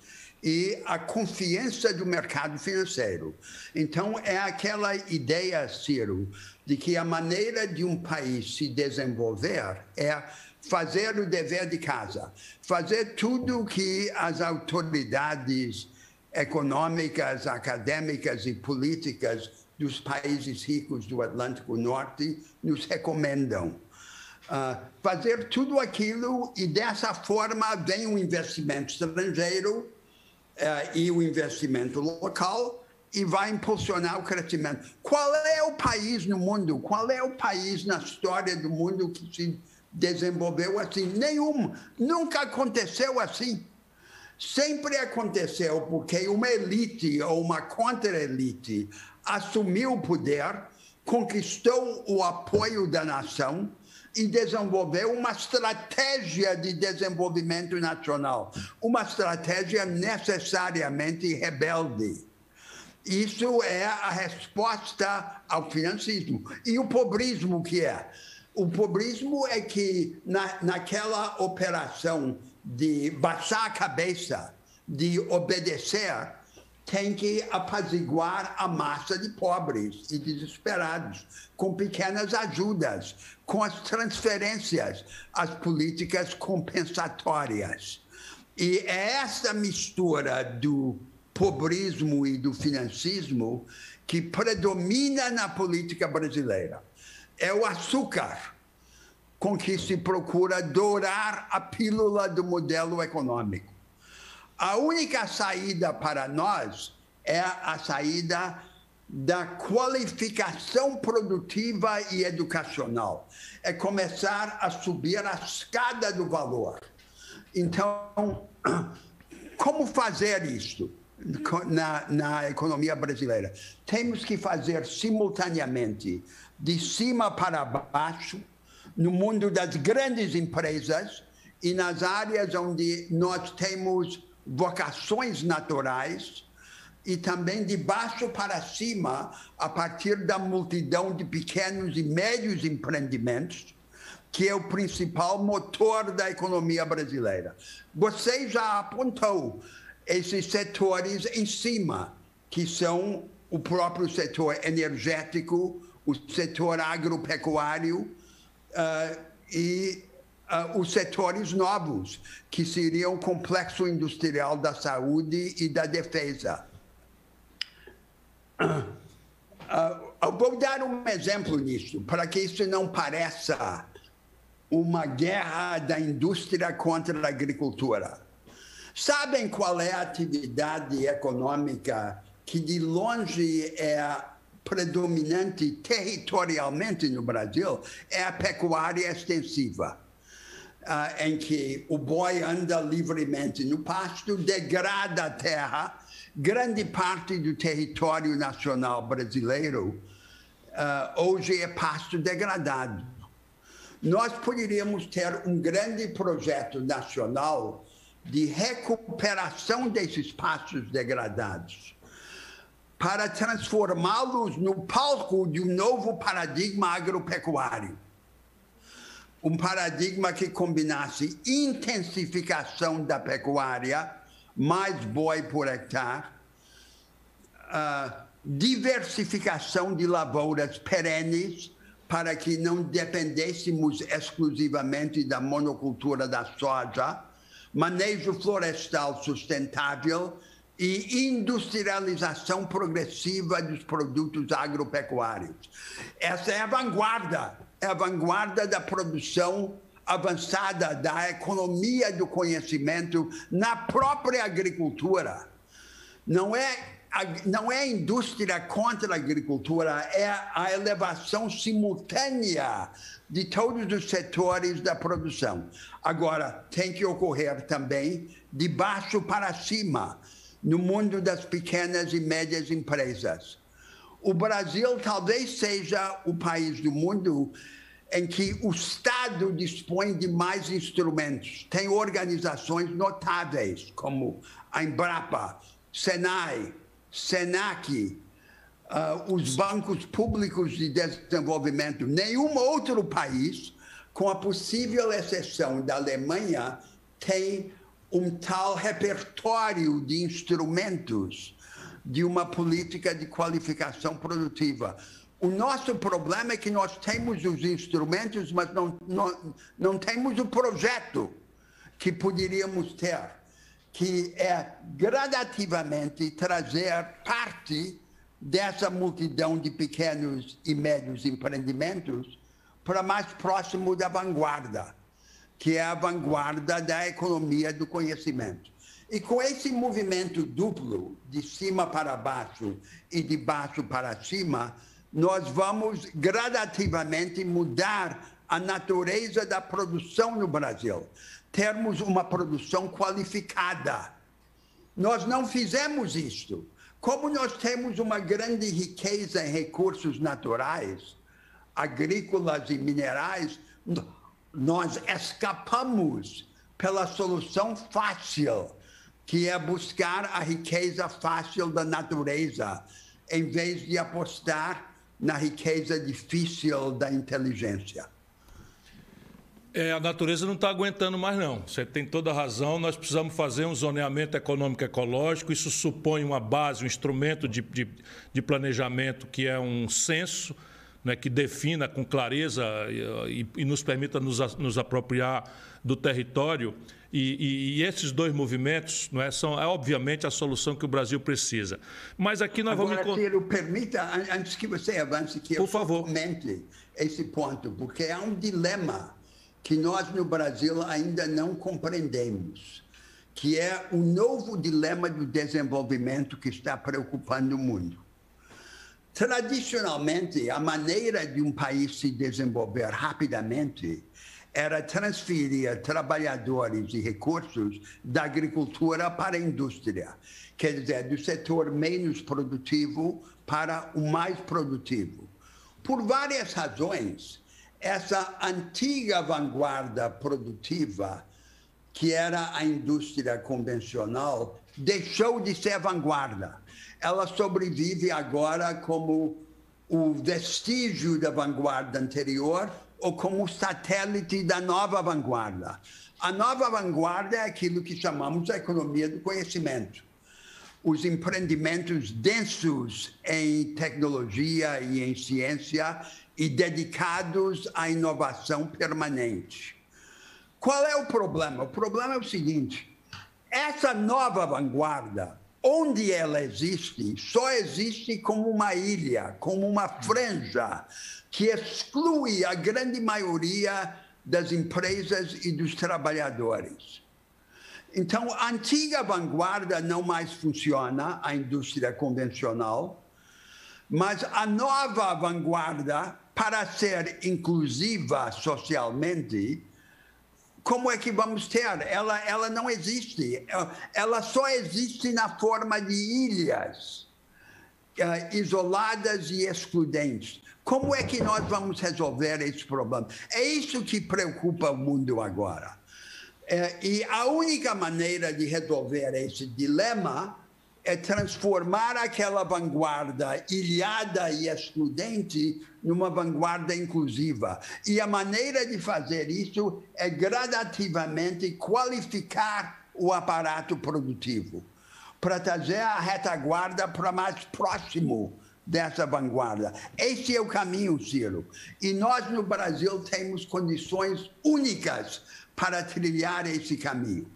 e à confiança do mercado financeiro. Então, é aquela ideia, Ciro, de que a maneira de um país se desenvolver é fazer o dever de casa, fazer tudo o que as autoridades econômicas, acadêmicas e políticas dos países ricos do Atlântico Norte nos recomendam. Uh, fazer tudo aquilo e, dessa forma, vem o investimento estrangeiro uh, e o investimento local e vai impulsionar o crescimento. Qual é o país no mundo, qual é o país na história do mundo que se desenvolveu assim? Nenhum. Nunca aconteceu assim. Sempre aconteceu porque uma elite ou uma contra-elite assumiu o poder, conquistou o apoio da nação e desenvolveu uma estratégia de desenvolvimento nacional, uma estratégia necessariamente rebelde. Isso é a resposta ao financismo. E o pobrismo, que é? O pobrismo é que, na, naquela operação de baixar a cabeça, de obedecer, tem que apaziguar a massa de pobres e desesperados, com pequenas ajudas, com as transferências, as políticas compensatórias. E é essa mistura do pobrismo e do financismo que predomina na política brasileira. É o açúcar com que se procura dourar a pílula do modelo econômico. A única saída para nós é a saída da qualificação produtiva e educacional. É começar a subir a escada do valor. Então, como fazer isso na, na economia brasileira? Temos que fazer simultaneamente, de cima para baixo, no mundo das grandes empresas e nas áreas onde nós temos vocações naturais, e também de baixo para cima, a partir da multidão de pequenos e médios empreendimentos, que é o principal motor da economia brasileira. Você já apontou esses setores em cima, que são o próprio setor energético, o setor agropecuário uh, e uh, os setores novos, que seriam o complexo industrial da saúde e da defesa. Uh, eu vou dar um exemplo nisso, para que isso não pareça uma guerra da indústria contra a agricultura. Sabem qual é a atividade econômica que de longe é predominante territorialmente no Brasil? É a pecuária extensiva, uh, em que o boi anda livremente no pasto, degrada a terra. Grande parte do território nacional brasileiro uh, hoje é pasto degradado. Nós poderíamos ter um grande projeto nacional de recuperação desses pastos degradados para transformá-los no palco de um novo paradigma agropecuário. Um paradigma que combinasse intensificação da pecuária, mais boi por hectare, uh, diversificação de lavouras perenes, para que não dependêssemos exclusivamente da monocultura da soja, manejo florestal sustentável e industrialização progressiva dos produtos agropecuários. Essa é a vanguarda, é a vanguarda da produção avançada, da economia do conhecimento na própria agricultura. Não é Não é a indústria contra a agricultura, é a elevação simultânea de todos os setores da produção. Agora, tem que ocorrer também de baixo para cima, no mundo das pequenas e médias empresas. O Brasil talvez seja o país do mundo em que o Estado dispõe de mais instrumentos. Tem organizações notáveis, como a Embrapa, Senai, Senac, uh, os bancos públicos de desenvolvimento. Nenhum outro país, com a possível exceção da Alemanha, tem um tal repertório de instrumentos de uma política de qualificação produtiva. O nosso problema é que nós temos os instrumentos, mas não, não, não temos o projeto que poderíamos ter, que é gradativamente trazer parte dessa multidão de pequenos e médios empreendimentos para mais próximo da vanguarda, que é a vanguarda da economia do conhecimento. E com esse movimento duplo, de cima para baixo e de baixo para cima, nós vamos gradativamente mudar a natureza da produção no Brasil. Termos uma produção qualificada. Nós não fizemos isto. Como nós temos uma grande riqueza em recursos naturais, agrícolas e minerais, nós escapamos pela solução fácil, que é buscar a riqueza fácil da natureza, em vez de apostar na riqueza difícil da inteligência. É, a natureza não está aguentando mais, não. Você tem toda a razão. Nós precisamos fazer um zoneamento econômico ecológico. Isso supõe uma base, um instrumento de, de, de planejamento que é um censo, né, que defina com clareza e, e, e nos permita nos, nos apropriar do território. E, e, e esses dois movimentos, não é, são, é obviamente a solução que o Brasil precisa. Mas aqui nós Agora, vamos... Ciro, permita, antes que você avance, que Por eu favor. comente esse ponto, porque é um dilema que nós no Brasil ainda não compreendemos, que é o novo dilema do desenvolvimento que está preocupando o mundo. Tradicionalmente, a maneira de um país se desenvolver rapidamente era transferir trabalhadores e recursos da agricultura para a indústria. Quer dizer, do setor menos produtivo para o mais produtivo. Por várias razões, essa antiga vanguarda produtiva, que era a indústria convencional, deixou de ser vanguarda. Ela sobrevive agora como o vestígio da vanguarda anterior ou como satélite da nova vanguarda. A nova vanguarda é aquilo que chamamos de economia do conhecimento. Os empreendimentos densos em tecnologia e em ciência e dedicados à inovação permanente. Qual é o problema? O problema é o seguinte: essa nova vanguarda, onde ela existe, só existe como uma ilha, como uma franja, que exclui a grande maioria das empresas e dos trabalhadores. Então, a antiga vanguarda não mais funciona, a indústria convencional, mas a nova vanguarda, para ser inclusiva socialmente, como é que vamos ter? Ela, ela não existe. Ela só existe na forma de ilhas, uh, isoladas e excludentes. Como é que nós vamos resolver esse problema? É isso que preocupa o mundo agora. Uh, e a única maneira de resolver esse dilema é transformar aquela vanguarda ilhada e excludente numa vanguarda inclusiva. E a maneira de fazer isso é gradativamente qualificar o aparato produtivo, para trazer a retaguarda para mais próximo dessa vanguarda. Esse é o caminho, Ciro. E nós, no Brasil, temos condições únicas para trilhar esse caminho.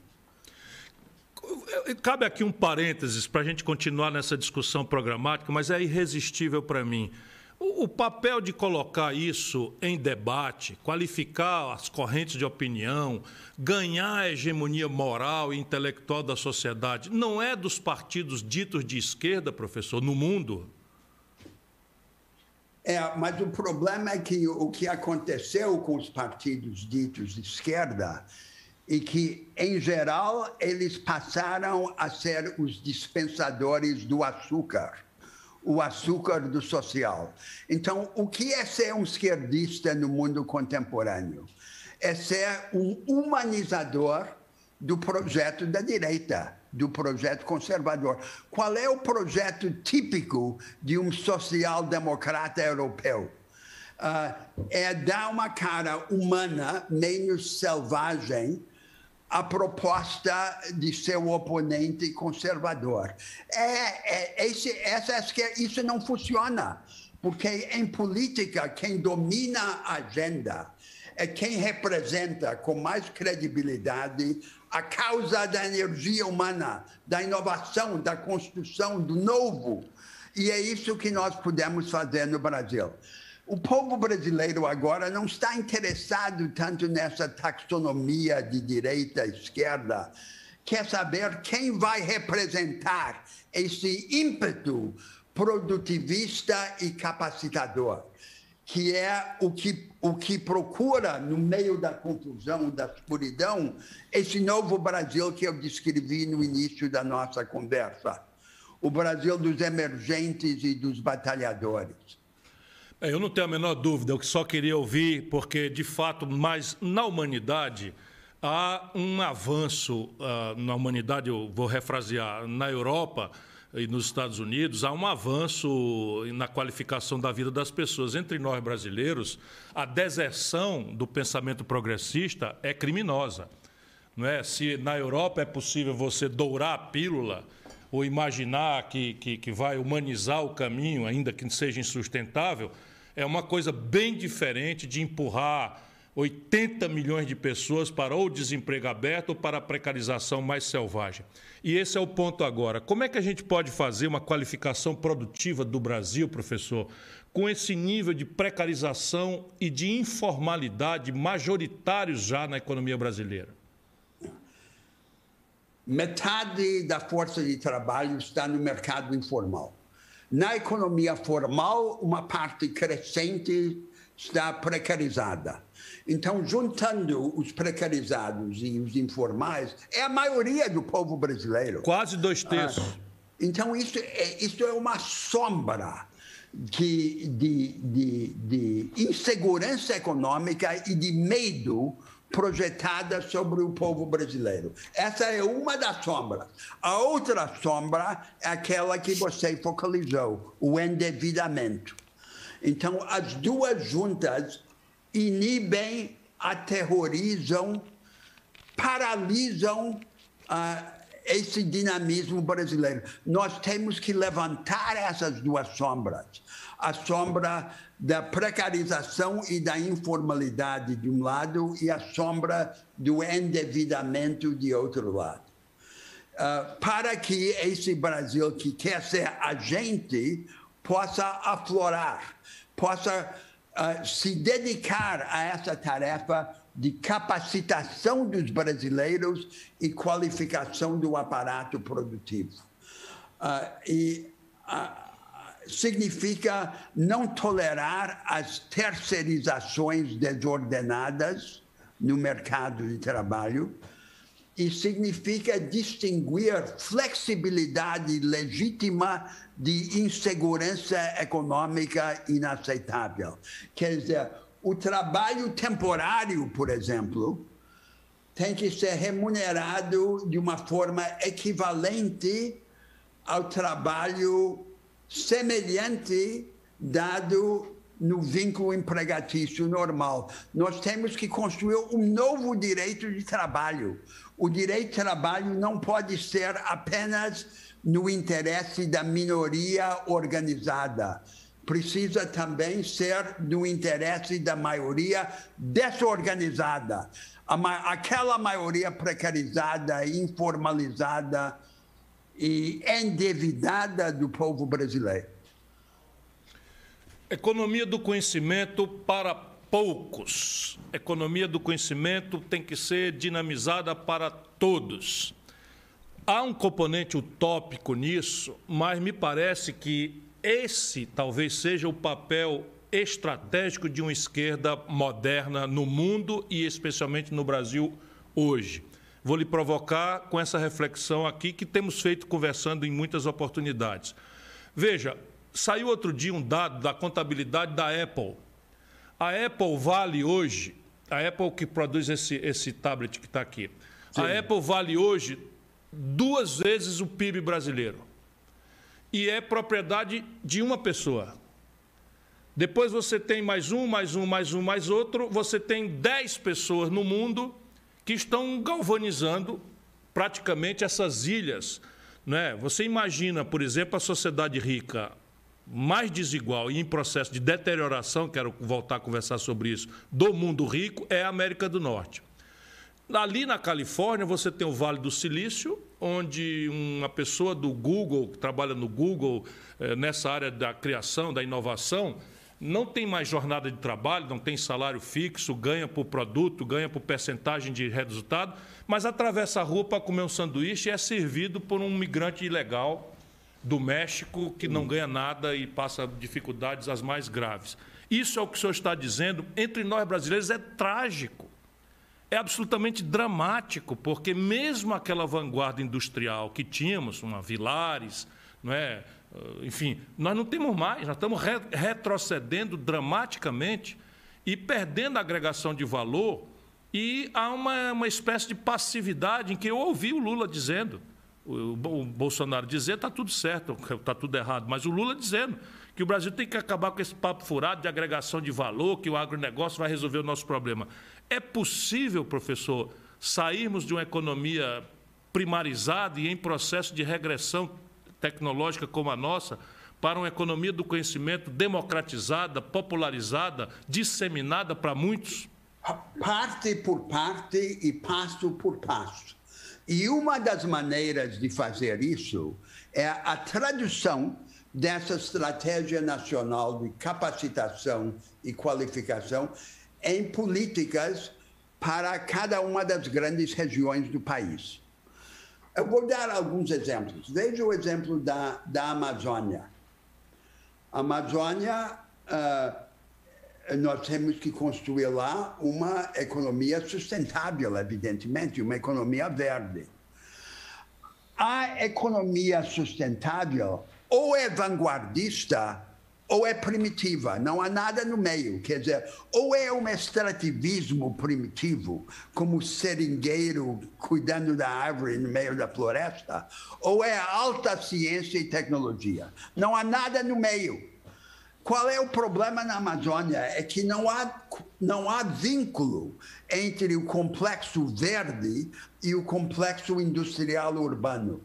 Cabe aqui um parênteses para a gente continuar nessa discussão programática, mas é irresistível para mim. O, o papel de colocar isso em debate, qualificar as correntes de opinião, ganhar a hegemonia moral e intelectual da sociedade, não é dos partidos ditos de esquerda, professor, no mundo? É, mas o problema é que o que aconteceu com os partidos ditos de esquerda e que, em geral, eles passaram a ser os dispensadores do açúcar, o açúcar do social. Então, o que é ser um esquerdista no mundo contemporâneo? É ser um humanizador do projeto da direita, do projeto conservador. Qual é o projeto típico de um social-democrata europeu? Uh, é dar uma cara humana, menos selvagem, a proposta de seu oponente conservador. É, é, esse, essa, isso não funciona, porque em política quem domina a agenda é quem representa com mais credibilidade a causa da energia humana, da inovação, da construção do novo. E é isso que nós podemos fazer no Brasil. O povo brasileiro agora não está interessado tanto nessa taxonomia de direita e esquerda. Quer saber quem vai representar esse ímpeto produtivista e capacitador, que é o que, o que procura, no meio da confusão, da escuridão, esse novo Brasil que eu descrevi no início da nossa conversa. O Brasil dos emergentes e dos batalhadores. Eu não tenho a menor dúvida, eu só queria ouvir, porque, de fato, mas na humanidade há um avanço, uh, na humanidade, eu vou refrasear, na Europa e nos Estados Unidos, há um avanço na qualificação da vida das pessoas. Entre nós brasileiros, a deserção do pensamento progressista é criminosa. Não é? Se na Europa é possível você dourar a pílula ou imaginar que, que, que vai humanizar o caminho, ainda que seja insustentável, é uma coisa bem diferente de empurrar oitenta milhões de pessoas para ou desemprego aberto ou para a precarização mais selvagem. E esse é o ponto agora. Como é que a gente pode fazer uma qualificação produtiva do Brasil, professor, com esse nível de precarização e de informalidade majoritários já na economia brasileira? Metade da força de trabalho está no mercado informal. Na economia formal, uma parte crescente está precarizada. Então, juntando os precarizados e os informais, é a maioria do povo brasileiro. Quase dois terços. Ah, então, isso é, isso é uma sombra de, de, de, de insegurança econômica e de medo projetada sobre o povo brasileiro. Essa é uma das sombras. A outra sombra é aquela que você focalizou, o endividamento. Então, as duas juntas inibem, aterrorizam, paralisam uh, esse dinamismo brasileiro. Nós temos que levantar essas duas sombras. A sombra da precarização e da informalidade de um lado e a sombra do endividamento de outro lado. Uh, para que esse Brasil que quer ser agente possa aflorar, possa uh, se dedicar a essa tarefa de capacitação dos brasileiros e qualificação do aparato produtivo. Uh, e uh, significa não tolerar as terceirizações desordenadas no mercado de trabalho e significa distinguir flexibilidade legítima de insegurança econômica inaceitável. Quer dizer, o trabalho temporário, por exemplo, tem que ser remunerado de uma forma equivalente ao trabalho semelhante dado no vínculo empregatício normal. Nós temos que construir um novo direito de trabalho. O direito de trabalho não pode ser apenas no interesse da minoria organizada. Precisa também ser no interesse da maioria desorganizada. Ma- aquela maioria precarizada, informalizada e endividada do povo brasileiro. Economia do conhecimento para poucos. Economia do conhecimento tem que ser dinamizada para todos. Há um componente utópico nisso, mas me parece que esse talvez seja o papel estratégico de uma esquerda moderna no mundo e especialmente no Brasil hoje. Vou lhe provocar com essa reflexão aqui que temos feito conversando em muitas oportunidades. Veja, saiu outro dia um dado da contabilidade da Apple. A Apple vale hoje, a Apple que produz esse, esse tablet que está aqui, Sim. a Apple vale hoje duas vezes o P I B brasileiro. E é propriedade de uma pessoa. Depois você tem mais um, mais um, mais um, mais outro, você tem dez pessoas no mundo que estão galvanizando praticamente essas ilhas. Né? Você imagina, por exemplo, a sociedade rica mais desigual e em processo de deterioração, quero voltar a conversar sobre isso, do mundo rico, é a América do Norte. Ali na Califórnia, você tem o Vale do Silício, onde uma pessoa do Google, que trabalha no Google, nessa área da criação, da inovação, não tem mais jornada de trabalho, não tem salário fixo, ganha por produto, ganha por percentagem de resultado, mas atravessa a rua para comer um sanduíche e é servido por um migrante ilegal do México que não ganha nada e passa dificuldades as mais graves. Isso é o que o senhor está dizendo. Entre nós brasileiros é trágico, é absolutamente dramático, porque mesmo aquela vanguarda industrial que tínhamos, uma Vilares, não é? Enfim, nós não temos mais, nós estamos re retrocedendo dramaticamente e perdendo a agregação de valor, e há uma, uma espécie de passividade em que eu ouvi o Lula dizendo, o, o Bolsonaro dizer está tudo certo, está tudo errado, mas o Lula dizendo que o Brasil tem que acabar com esse papo furado de agregação de valor, que o agronegócio vai resolver o nosso problema. É possível, professor, sairmos de uma economia primarizada e em processo de regressão tecnológica como a nossa, para uma economia do conhecimento democratizada, popularizada, disseminada para muitos? Parte por parte e passo por passo. E uma das maneiras de fazer isso é a tradução dessa estratégia nacional de capacitação e qualificação em políticas para cada uma das grandes regiões do país. Eu vou dar alguns exemplos. Veja o exemplo da, da Amazônia. A Amazônia, uh, nós temos que construir lá uma economia sustentável, evidentemente, uma economia verde. A economia sustentável ou é vanguardista ou é primitiva, não há nada no meio. Quer dizer, ou é um extrativismo primitivo, como seringueiro cuidando da árvore no meio da floresta, ou é alta ciência e tecnologia. Não há nada no meio. Qual é o problema na Amazônia? É que não há, não há vínculo entre o complexo verde e o complexo industrial urbano.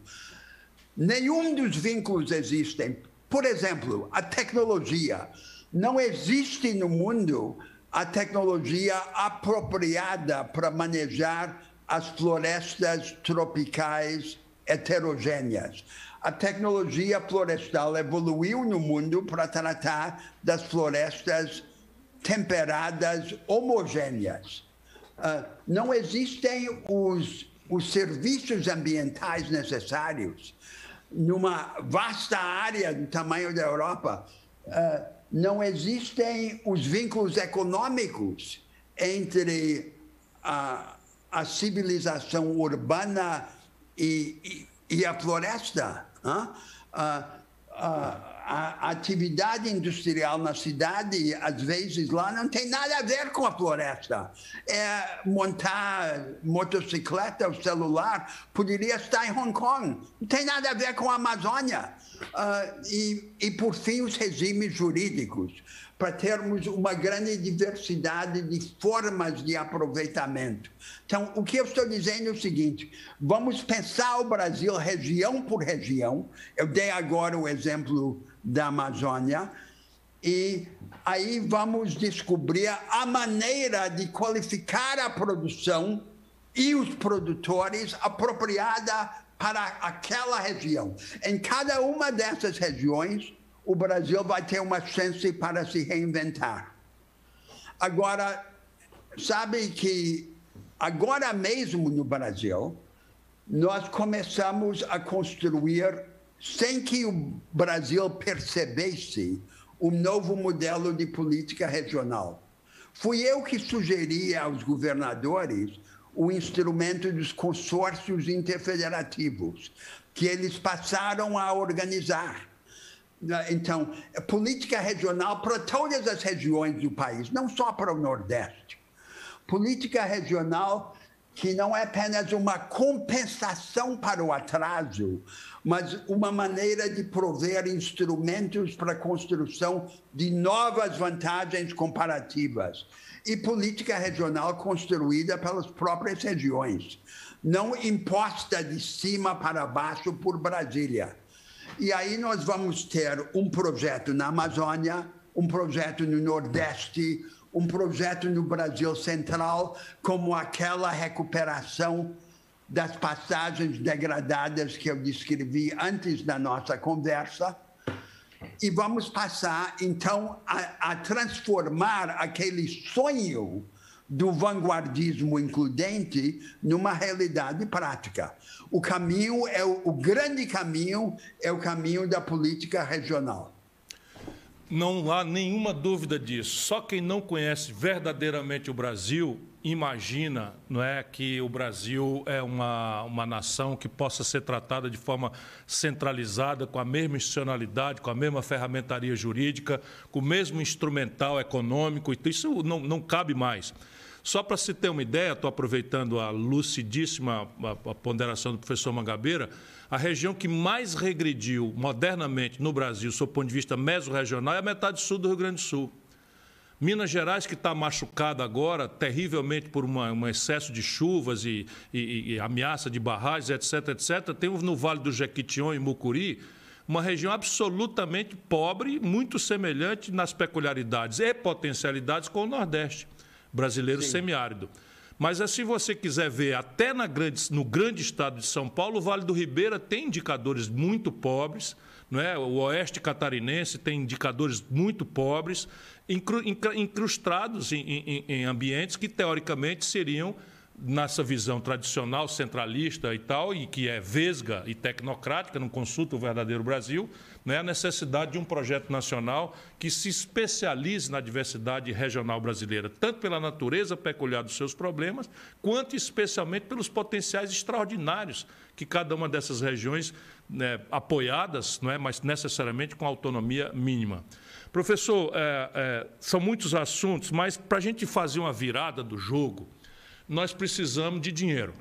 Nenhum dos vínculos existem. Por exemplo, a tecnologia. Não existe no mundo a tecnologia apropriada para manejar as florestas tropicais heterogêneas. A tecnologia florestal evoluiu no mundo para tratar das florestas temperadas homogêneas. Uh, não existem os, os serviços ambientais necessários. Numa vasta área do tamanho da Europa, uh, não existem os vínculos econômicos entre a, a civilização urbana e, e, e a floresta. Uh, uh, uh, a atividade industrial na cidade, às vezes, lá não tem nada a ver com a floresta. É montar motocicleta ou celular, poderia estar em Hong Kong. Não tem nada a ver com a Amazônia. Uh, e, e, por fim, os regimes jurídicos, para termos uma grande diversidade de formas de aproveitamento. Então, o que eu estou dizendo é o seguinte, vamos pensar o Brasil região por região. Eu dei agora o exemplo da Amazônia, e aí vamos descobrir a maneira de qualificar a produção e os produtores apropriada para aquela região. Em cada uma dessas regiões, o Brasil vai ter uma chance para se reinventar. Agora, sabe que agora mesmo no Brasil, nós começamos a construir, sem que o Brasil percebesse, um novo modelo de política regional. Fui eu que sugeri aos governadores o instrumento dos consórcios interfederativos, que eles passaram a organizar. Então, política regional para todas as regiões do país, não só para o Nordeste. Política regional que não é apenas uma compensação para o atraso, mas uma maneira de prover instrumentos para a construção de novas vantagens comparativas. E política regional construída pelas próprias regiões, não imposta de cima para baixo por Brasília. E aí nós vamos ter um projeto na Amazônia, um projeto no Nordeste, um projeto no Brasil Central, como aquela recuperação das passagens degradadas que eu descrevi antes da nossa conversa. E vamos passar, então, a, a transformar aquele sonho do vanguardismo includente numa realidade prática. O caminho, é o, o grande caminho, é o caminho da política regional. Não há nenhuma dúvida disso. Só quem não conhece verdadeiramente o Brasil imagina, não é, que o Brasil é uma, uma nação que possa ser tratada de forma centralizada, com a mesma institucionalidade, com a mesma ferramentaria jurídica, com o mesmo instrumental econômico. Isso não, não cabe mais. Só para se ter uma ideia, estou aproveitando a lucidíssima a, a ponderação do professor Mangabeira, a região que mais regrediu modernamente no Brasil, sob o ponto de vista mesorregional, é a metade sul do Rio Grande do Sul. Minas Gerais, que está machucada agora, terrivelmente por uma, um excesso de chuvas e, e, e ameaça de barragens, etc, etcétera, tem no Vale do Jequitinhonha e Mucuri uma região absolutamente pobre, muito semelhante nas peculiaridades e potencialidades com o Nordeste brasileiro. Sim. Semiárido. Mas, se você quiser ver, até na grande, no grande estado de São Paulo, o Vale do Ribeira tem indicadores muito pobres, não é? O oeste catarinense tem indicadores muito pobres, incru, incrustados em, em, em ambientes que, teoricamente, seriam nessa visão tradicional, centralista e tal, e que é vesga e tecnocrática, não consulta o verdadeiro Brasil, né, a necessidade de um projeto nacional que se especialize na diversidade regional brasileira, tanto pela natureza peculiar dos seus problemas, quanto especialmente pelos potenciais extraordinários que cada uma dessas regiões, né, apoiadas, não é, mas necessariamente com autonomia mínima. Professor, é, é, são muitos assuntos, mas para a gente fazer uma virada do jogo, nós precisamos de dinheiro.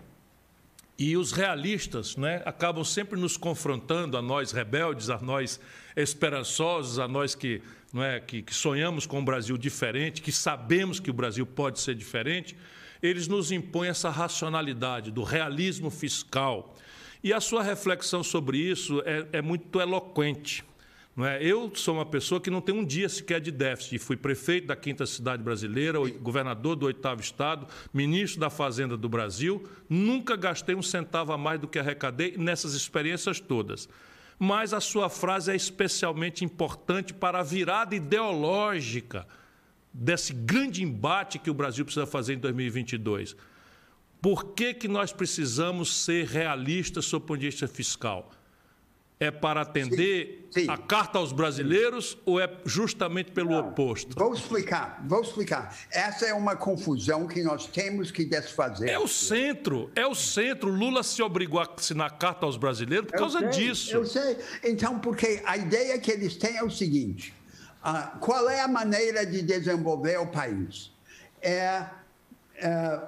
E os realistas, né, acabam sempre nos confrontando, a nós rebeldes, a nós esperançosos, a nós que, não é, que, que sonhamos com um Brasil diferente, que sabemos que o Brasil pode ser diferente, eles nos impõem essa racionalidade do realismo fiscal. E a sua reflexão sobre isso é, é muito eloquente. Não é? Eu sou uma pessoa que não tem um dia sequer de déficit. Fui prefeito da quinta cidade brasileira, governador do oitavo estado, ministro da Fazenda do Brasil. Nunca gastei um centavo a mais do que arrecadei nessas experiências todas. Mas a sua frase é especialmente importante para a virada ideológica desse grande embate que o Brasil precisa fazer em dois mil e vinte e dois. Por que que nós precisamos ser realistas sob o ponto de vista fiscal? É para atender sim, sim. a carta aos brasileiros ou é justamente pelo Não, oposto? Vou explicar, vou explicar. Essa é uma confusão que nós temos que desfazer. É o centro, é o centro. Lula se obrigou a assinar a carta aos brasileiros por eu causa sei, disso. Eu sei. Então, porque a ideia que eles têm é o seguinte, uh, qual é a maneira de desenvolver o país? É, é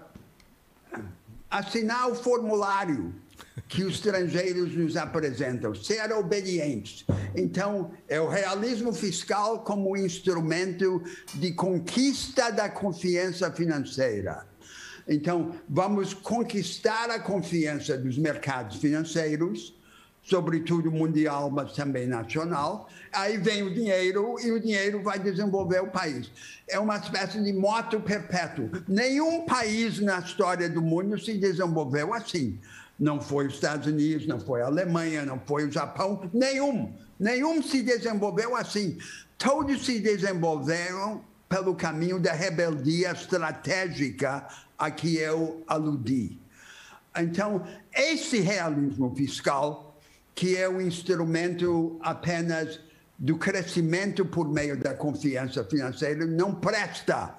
assinar o formulário que os estrangeiros nos apresentam, ser obedientes. Então, é o realismo fiscal como instrumento de conquista da confiança financeira. Então, vamos conquistar a confiança dos mercados financeiros, sobretudo mundial, mas também nacional. Aí vem o dinheiro e o dinheiro vai desenvolver o país. É uma espécie de moto perpétuo. Nenhum país na história do mundo se desenvolveu assim. Não foi os Estados Unidos, não foi a Alemanha, não foi o Japão, nenhum. Nenhum se desenvolveu assim. Todos se desenvolveram pelo caminho da rebeldia estratégica a que eu aludi. Então, esse realismo fiscal, que é um instrumento apenas do crescimento por meio da confiança financeira, não presta.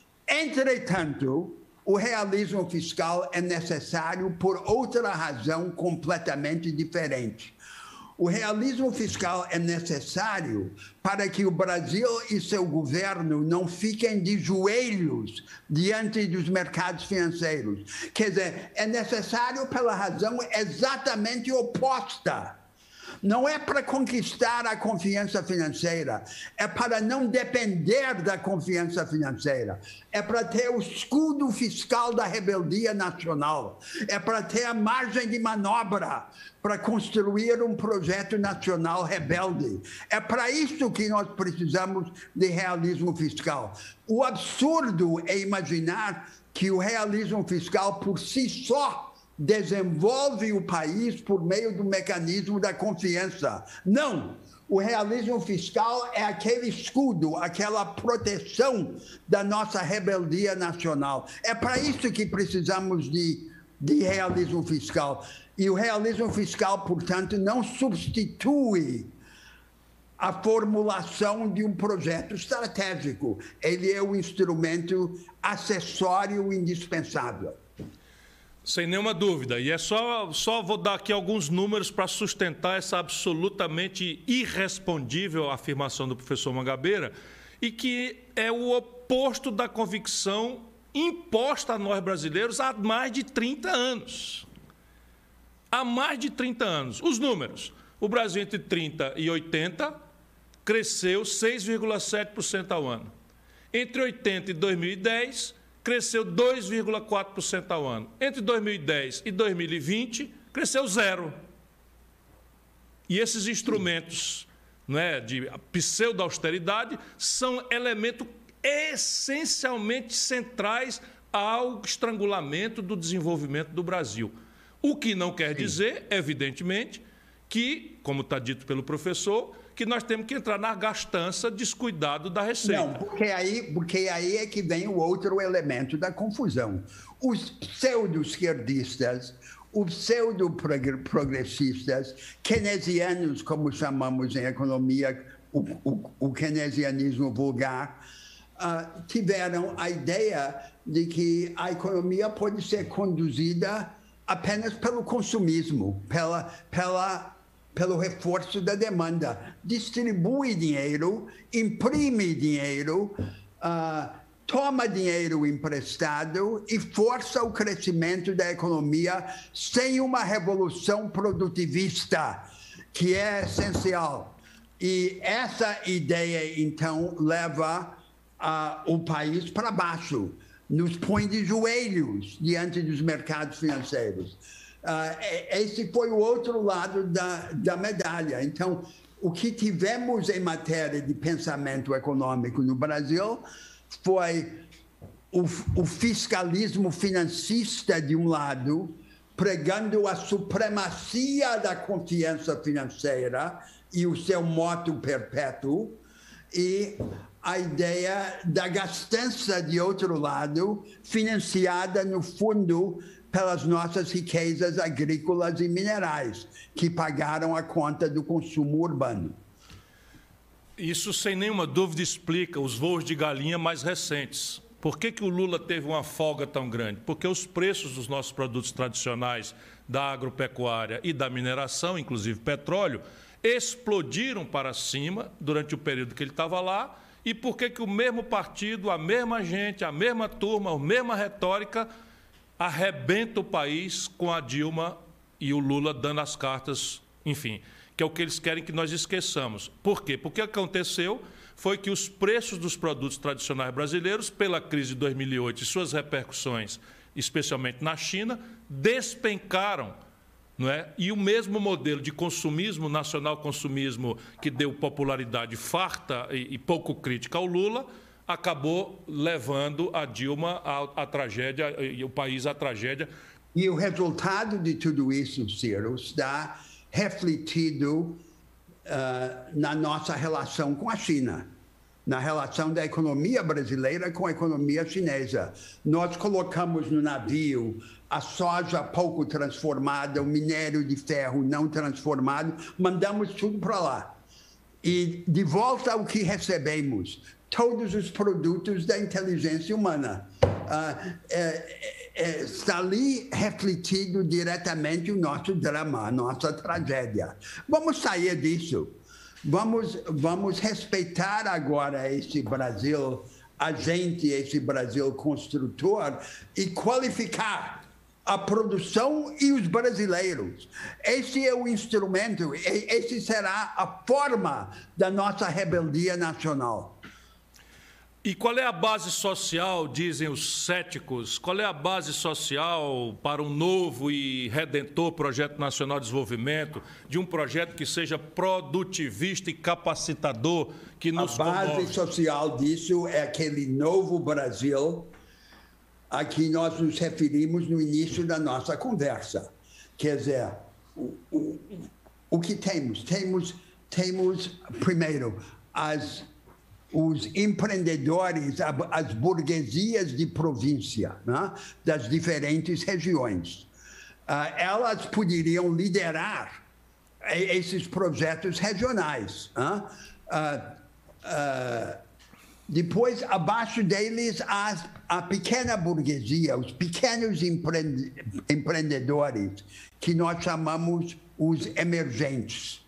Entretanto, o realismo fiscal é necessário por outra razão completamente diferente. O realismo fiscal é necessário para que o Brasil e seu governo não fiquem de joelhos diante dos mercados financeiros. Quer dizer, é necessário pela razão exatamente oposta. Não é para conquistar a confiança financeira, é para não depender da confiança financeira, é para ter o escudo fiscal da rebeldia nacional, é para ter a margem de manobra para construir um projeto nacional rebelde. É para isso que nós precisamos de realismo fiscal. O absurdo é imaginar que o realismo fiscal por si só desenvolve o país por meio do mecanismo da confiança. Não! O realismo fiscal é aquele escudo, aquela proteção da nossa rebeldia nacional. É para isso que precisamos de, de realismo fiscal. E o realismo fiscal, portanto, não substitui a formulação de um projeto estratégico. Ele é o instrumento acessório indispensável. Sem nenhuma dúvida. E é só, só vou dar aqui alguns números para sustentar essa absolutamente irrespondível afirmação do professor Mangabeira e que é o oposto da convicção imposta a nós brasileiros há mais de trinta anos. Há mais de trinta anos. Os números. O Brasil, entre trinta e oitenta, cresceu seis vírgula sete por cento ao ano. Entre oitenta e dois mil e dez, cresceu dois vírgula quatro por cento ao ano. Entre dois mil e dez e dois mil e vinte, cresceu zero. E esses instrumentos, né, de pseudo-austeridade são elementos essencialmente centrais ao estrangulamento do desenvolvimento do Brasil. O que não quer dizer, evidentemente, que, como está dito pelo professor, que nós temos que entrar na gastança descuidado da receita. Não, porque aí, porque aí é que vem o outro elemento da confusão. Os pseudo-esquerdistas, os pseudo-progressistas, keynesianos, como chamamos em economia, o, o, o keynesianismo vulgar, uh, tiveram a ideia de que a economia pode ser conduzida apenas pelo consumismo, pela, pela, pelo reforço da demanda. Distribui dinheiro, imprime dinheiro, uh, toma dinheiro emprestado e força o crescimento da economia sem uma revolução produtivista, que é essencial. E essa ideia, então, leva uh, o país para baixo, nos põe de joelhos diante dos mercados financeiros. Uh, esse foi o outro lado da, da medalha. Então, o que tivemos em matéria de pensamento econômico no Brasil foi o, o fiscalismo financista, de um lado, pregando a supremacia da confiança financeira e o seu moto perpétuo, e a ideia da gastança, de outro lado, financiada, no fundo, pelas nossas riquezas agrícolas e minerais, que pagaram a conta do consumo urbano. Isso, sem nenhuma dúvida, explica os voos de galinha mais recentes. Por que que o Lula teve uma folga tão grande? Porque os preços dos nossos produtos tradicionais da agropecuária e da mineração, inclusive petróleo, explodiram para cima durante o período que ele estava lá. E por que que o mesmo partido, a mesma gente, a mesma turma, a mesma retórica arrebenta o país com a Dilma e o Lula dando as cartas, enfim, que é o que eles querem que nós esqueçamos. Por quê? Porque o que aconteceu foi que os preços dos produtos tradicionais brasileiros, pela crise de dois mil e oito e suas repercussões, especialmente na China, despencaram, não é? E o mesmo modelo de consumismo, nacional consumismo, que deu popularidade farta e, e pouco crítica ao Lula, acabou levando a Dilma à, à tragédia e o país à tragédia. E o resultado de tudo isso, Ciro, está refletido uh, na nossa relação com a China, na relação da economia brasileira com a economia chinesa. Nós colocamos no navio a soja pouco transformada, o minério de ferro não transformado, mandamos tudo para lá. E de volta ao que recebemos, todos os produtos da inteligência humana. Uh, é, é, está ali refletido diretamente o nosso drama, a nossa tragédia. Vamos sair disso. Vamos, vamos respeitar agora esse Brasil agente, esse Brasil construtor, e qualificar a produção e os brasileiros. Esse é o instrumento, esse será a forma da nossa rebeldia nacional. E qual é a base social, dizem os céticos, qual é a base social para um novo e redentor projeto nacional de desenvolvimento, de um projeto que seja produtivista e capacitador, que nos comove? A base comove? social disso é aquele novo Brasil a que nós nos referimos no início da nossa conversa. Quer dizer, o, o, o que temos? Temos, temos primeiro, as... os empreendedores, as burguesias de província, né, das diferentes regiões. Uh, elas poderiam liderar esses projetos regionais. Né? Uh, uh, depois, abaixo deles, a, a pequena burguesia, os pequenos empre empreendedores, que nós chamamos os emergentes.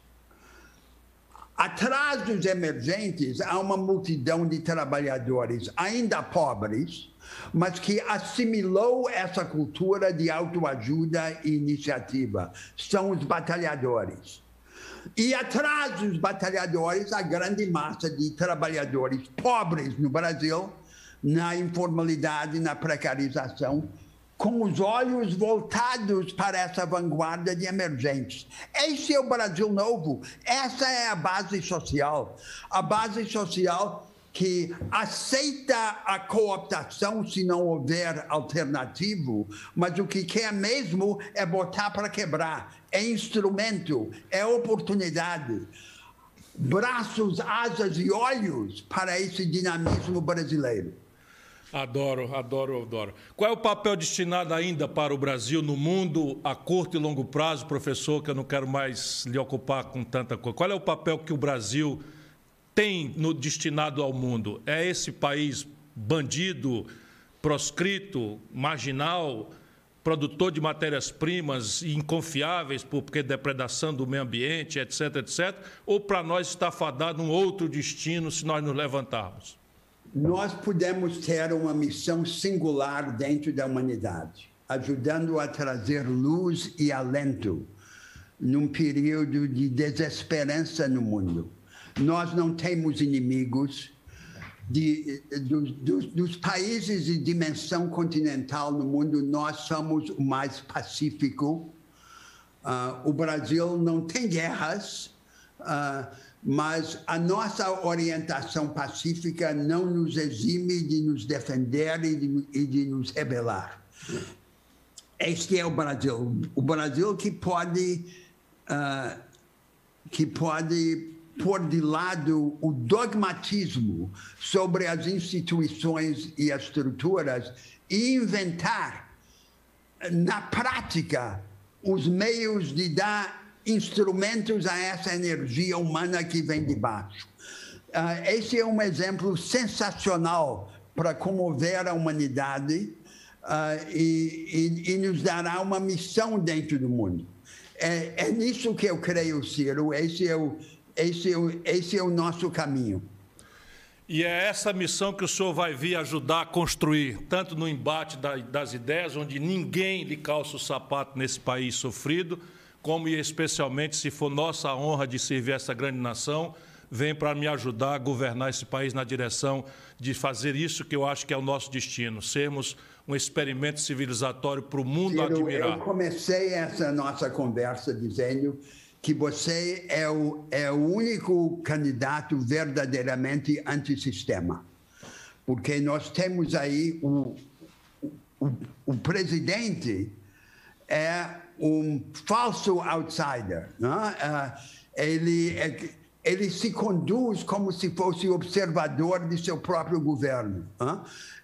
Atrás dos emergentes, há uma multidão de trabalhadores ainda pobres, mas que assimilou essa cultura de autoajuda e iniciativa. São os batalhadores. E atrás dos batalhadores, a grande massa de trabalhadores pobres no Brasil, na informalidade, na precarização, com os olhos voltados para essa vanguarda de emergentes. Esse é o Brasil novo, essa é a base social. A base social que aceita a cooptação se não houver alternativo, mas o que quer mesmo é botar para quebrar. É instrumento, é oportunidade. Braços, asas e olhos para esse dinamismo brasileiro. Adoro, adoro, adoro. Qual é o papel destinado ainda para o Brasil no mundo a curto e longo prazo, professor, que eu não quero mais lhe ocupar com tanta coisa? Qual é o papel que o Brasil tem no destinado ao mundo? É esse país bandido, proscrito, marginal, produtor de matérias-primas inconfiáveis porque depredação do meio ambiente, etc, etcétera? Ou para nós está fadado um outro destino se nós nos levantarmos? Nós podemos ter uma missão singular dentro da humanidade, ajudando a trazer luz e alento num período de desesperança no mundo. Nós não temos inimigos. De, dos, dos, dos países de dimensão continental no mundo, nós somos o mais pacífico. Uh, o Brasil não tem guerras, uh, mas a nossa orientação pacífica não nos exime de nos defender e de, e de nos rebelar. Este é o Brasil. O Brasil que pode, uh, que pode pôr de lado o dogmatismo sobre as instituições e as estruturas e inventar, na prática, os meios de dar instrumentos a essa energia humana que vem de baixo. Uh, esse é um exemplo sensacional para comover a humanidade uh, e, e, e nos dará uma missão dentro do mundo. É, é nisso que eu creio, Ciro. Esse é o, esse é o, esse é o nosso caminho. E é essa missão que o senhor vai vir ajudar a construir, tanto no embate das ideias, onde ninguém lhe calça o sapato nesse país sofrido, como e especialmente, se for nossa honra de servir essa grande nação, vem para me ajudar a governar esse país na direção de fazer isso que eu acho que é o nosso destino, sermos um experimento civilizatório para o mundo Ciro, admirar. Eu comecei essa nossa conversa dizendo que você é o, é o único candidato verdadeiramente antissistema, porque nós temos aí o, o, o presidente é um falso outsider, não? Ele, ele se conduz como se fosse observador de seu próprio governo. Não?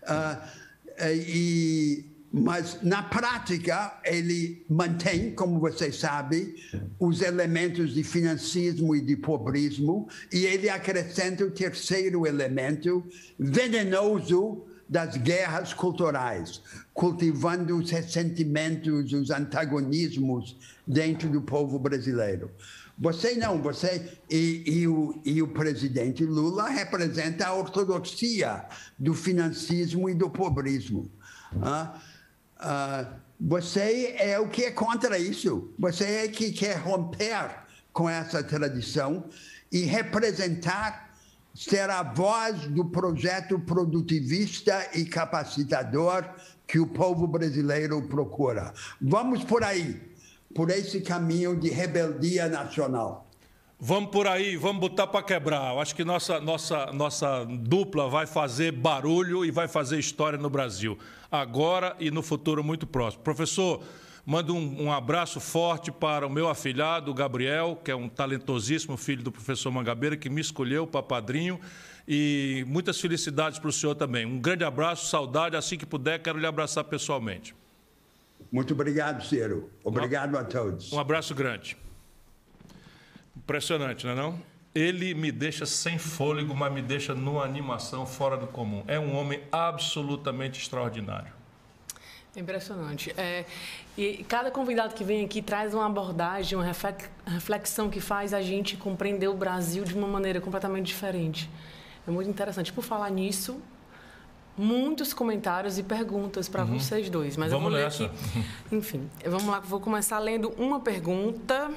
E, mas, na prática, ele mantém, como você sabe, os elementos de financismo e de pobrismo, e ele acrescenta o terceiro elemento venenoso das guerras culturais, cultivando os ressentimentos, os antagonismos dentro do povo brasileiro. Você não, você e, e, o, e o presidente Lula representa a ortodoxia do financismo e do pobrismo. Ah, ah, você é o que é contra isso. Você é que quer romper com essa tradição e representar, ser a voz do projeto produtivista e capacitador que o povo brasileiro procura. Vamos por aí, por esse caminho de rebeldia nacional. Vamos por aí, vamos botar para quebrar. Eu acho que nossa, nossa, nossa dupla vai fazer barulho e vai fazer história no Brasil, agora e no futuro muito próximo. Professor, mando um, um abraço forte para o meu afilhado, o Gabriel, que é um talentosíssimo filho do professor Mangabeira, que me escolheu para padrinho, e muitas felicidades para o senhor também. Um grande abraço, saudade, assim que puder, quero lhe abraçar pessoalmente. Muito obrigado, Ciro. Obrigado um, a todos. Um abraço grande. Impressionante, não é não? Ele me deixa sem fôlego, mas me deixa numa animação fora do comum. É um homem absolutamente extraordinário. Impressionante. É, e cada convidado que vem aqui traz uma abordagem, uma reflexão que faz a gente compreender o Brasil de uma maneira completamente diferente. É muito interessante. Por falar nisso, muitos comentários e perguntas para uhum. vocês dois. Mas vamos eu vou nessa. ler aqui. Enfim, vamos lá. Vou começar lendo uma pergunta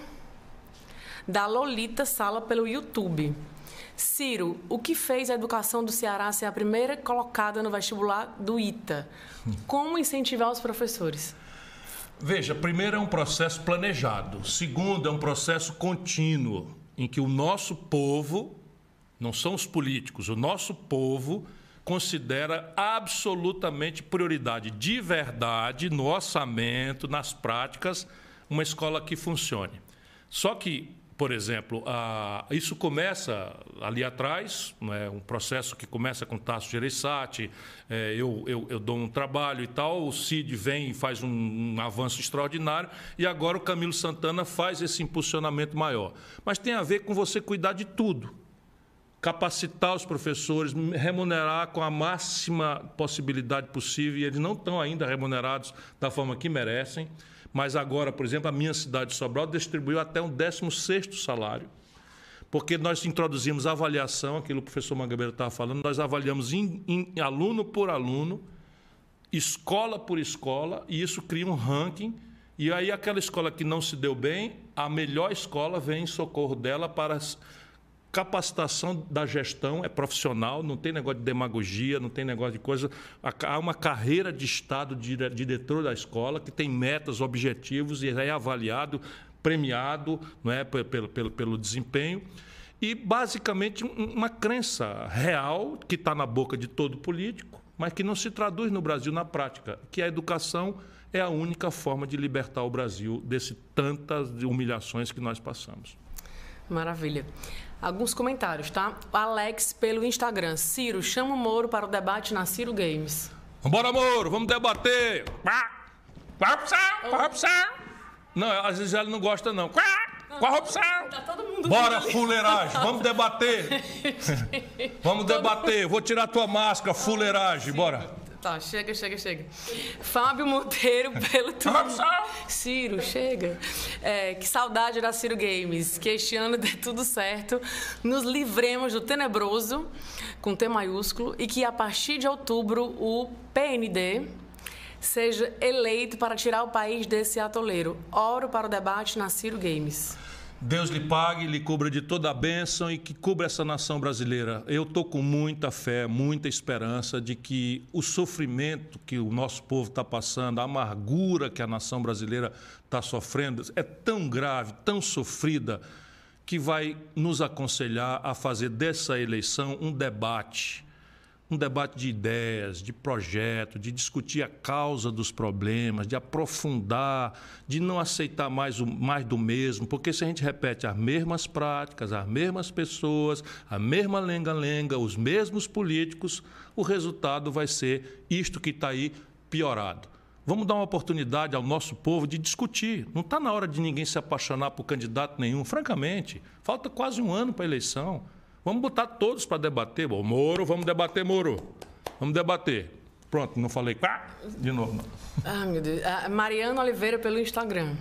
da Lolita Sala pelo YouTube. Ciro, o que fez a educação do Ceará ser a primeira colocada no vestibular do I T A? Como incentivar os professores? Veja, primeiro é um processo planejado. Segundo, é um processo contínuo, em que o nosso povo não são os políticos. O nosso povo considera absolutamente prioridade, de verdade, no orçamento, nas práticas, uma escola que funcione. Só que, por exemplo, a, isso começa ali atrás, né, um processo que começa com Tasso Gereissati, é, eu, eu, eu dou um trabalho e tal, o Cid vem e faz um, um avanço extraordinário, e agora o Camilo Santana faz esse impulsionamento maior. Mas tem a ver com você cuidar de tudo. Capacitar os professores, remunerar com a máxima possibilidade possível, e eles não estão ainda remunerados da forma que merecem. Mas agora, por exemplo, a minha cidade de Sobral distribuiu até um décimo sexto salário, porque nós introduzimos a avaliação, aquilo que o professor Mangabeira estava falando, nós avaliamos em, em, aluno por aluno, escola por escola, e isso cria um ranking, e aí aquela escola que não se deu bem, a melhor escola vem em socorro dela para capacitação da gestão, é profissional, não tem negócio de demagogia, não tem negócio de coisa. Há uma carreira de Estado de diretor da escola que tem metas, objetivos e é avaliado, premiado, não é, pelo, pelo, pelo desempenho. E, basicamente, uma crença real que está na boca de todo político, mas que não se traduz no Brasil na prática, que a educação é a única forma de libertar o Brasil desse tantas humilhações que nós passamos. Maravilha. Alguns comentários, tá? Alex, pelo Instagram. Ciro, chama o Moro para o debate na Ciro Games. Vambora, Moro, vamos debater. Corrupção. Não, às vezes ele não gosta, não. Corrupção. Tá todo mundo Bora, fuleiragem, vamos debater. Vamos debater. Vou tirar tua máscara, fuleiragem, bora. Tá, chega, chega, chega. Fábio Monteiro, pelo Twitter. Ciro, chega. É, que saudade da Ciro Games. Que este ano dê tudo certo. Nos livremos do tenebroso, com T maiúsculo, e que a partir de outubro o P N D seja eleito para tirar o país desse atoleiro. Oro para o debate na Ciro Games. Deus lhe pague, lhe cubra de toda a bênção e que cubra essa nação brasileira. Eu estou com muita fé, muita esperança de que o sofrimento que o nosso povo está passando, a amargura que a nação brasileira está sofrendo, é tão grave, tão sofrida, que vai nos aconselhar a fazer dessa eleição um debate. Um debate de ideias, de projeto, de discutir a causa dos problemas, de aprofundar, de não aceitar mais, o, mais do mesmo, porque se a gente repete as mesmas práticas, as mesmas pessoas, a mesma lenga-lenga, os mesmos políticos, o resultado vai ser isto que está aí piorado. Vamos dar uma oportunidade ao nosso povo de discutir. Não está na hora de ninguém se apaixonar por candidato nenhum, francamente. Falta quase um ano para a eleição. Vamos botar todos para debater. Bom, Moro, vamos debater, Moro. Vamos debater. Pronto, não falei. De novo. Não. Ah, meu Deus. Ah, Mariana Oliveira pelo Instagram.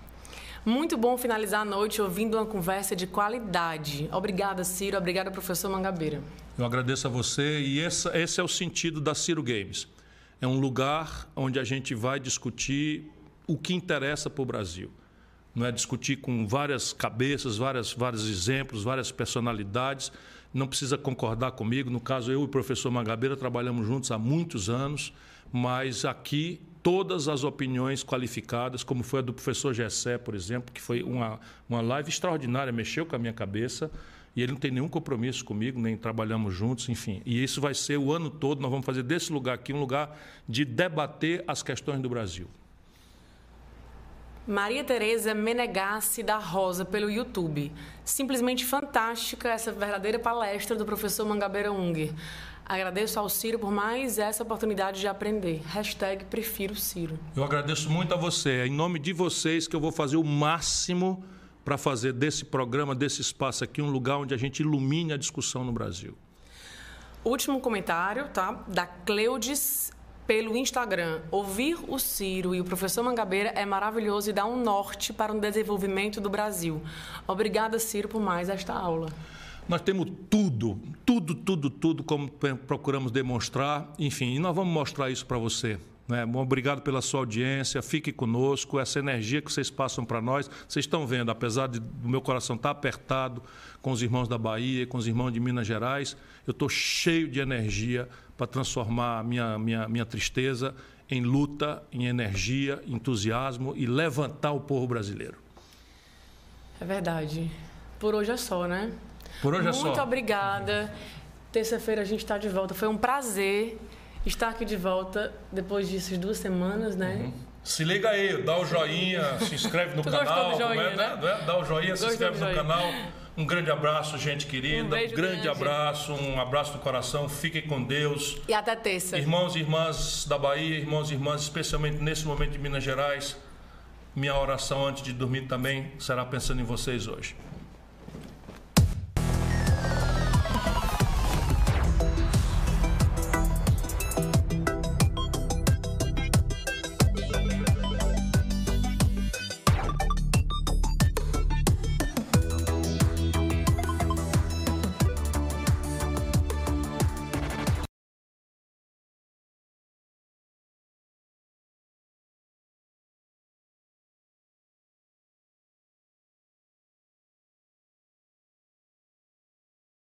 Muito bom finalizar a noite ouvindo uma conversa de qualidade. Obrigada, Ciro. Obrigada, professor Mangabeira. Eu agradeço a você. E esse, esse é o sentido da Ciro Games. É um lugar onde a gente vai discutir o que interessa para o Brasil. Não é discutir com várias cabeças, várias, vários exemplos, várias personalidades. Não precisa concordar comigo. No caso, eu e o professor Mangabeira trabalhamos juntos há muitos anos, mas aqui todas as opiniões qualificadas, como foi a do professor Gessé, por exemplo, que foi uma, uma live extraordinária, mexeu com a minha cabeça, e ele não tem nenhum compromisso comigo, nem trabalhamos juntos, enfim. E isso vai ser o ano todo, nós vamos fazer desse lugar aqui um lugar de debater as questões do Brasil. Maria Tereza Menegassi da Rosa, pelo YouTube. Simplesmente fantástica essa verdadeira palestra do professor Mangabeira Unger. Agradeço ao Ciro por mais essa oportunidade de aprender. Hashtag prefiro Ciro. Eu agradeço muito a você. É em nome de vocês que eu vou fazer o máximo para fazer desse programa, desse espaço aqui, um lugar onde a gente ilumine a discussão no Brasil. Último comentário, tá? Da Cleudes pelo Instagram. Ouvir o Ciro e o professor Mangabeira é maravilhoso e dá um norte para o desenvolvimento do Brasil. Obrigada, Ciro, por mais esta aula. Nós temos tudo, tudo, tudo, tudo, como procuramos demonstrar. Enfim, e nós vamos mostrar isso para você. Né? Obrigado pela sua audiência, fique conosco, essa energia que vocês passam para nós. Vocês estão vendo, apesar de, do meu coração estar apertado com os irmãos da Bahia, com os irmãos de Minas Gerais, eu estou cheio de energia para transformar a minha, minha, minha tristeza em luta, em energia, entusiasmo e levantar o povo brasileiro. É verdade. Por hoje é só, né? Por hoje é só. Muito obrigada. Terça-feira a gente está de volta. Foi um prazer estar aqui de volta depois dessas duas semanas, né? Uhum. Se liga aí, dá o joinha, se inscreve no tu canal. Do joinha, é, né? né? Dá o joinha, se inscreve no canal. Um grande abraço, gente querida. Um beijo um grande, grande abraço, um abraço do coração. Fiquem com Deus. E até terça. Irmãos e irmãs da Bahia, irmãos e irmãs, especialmente nesse momento de Minas Gerais, minha oração antes de dormir também será pensando em vocês hoje.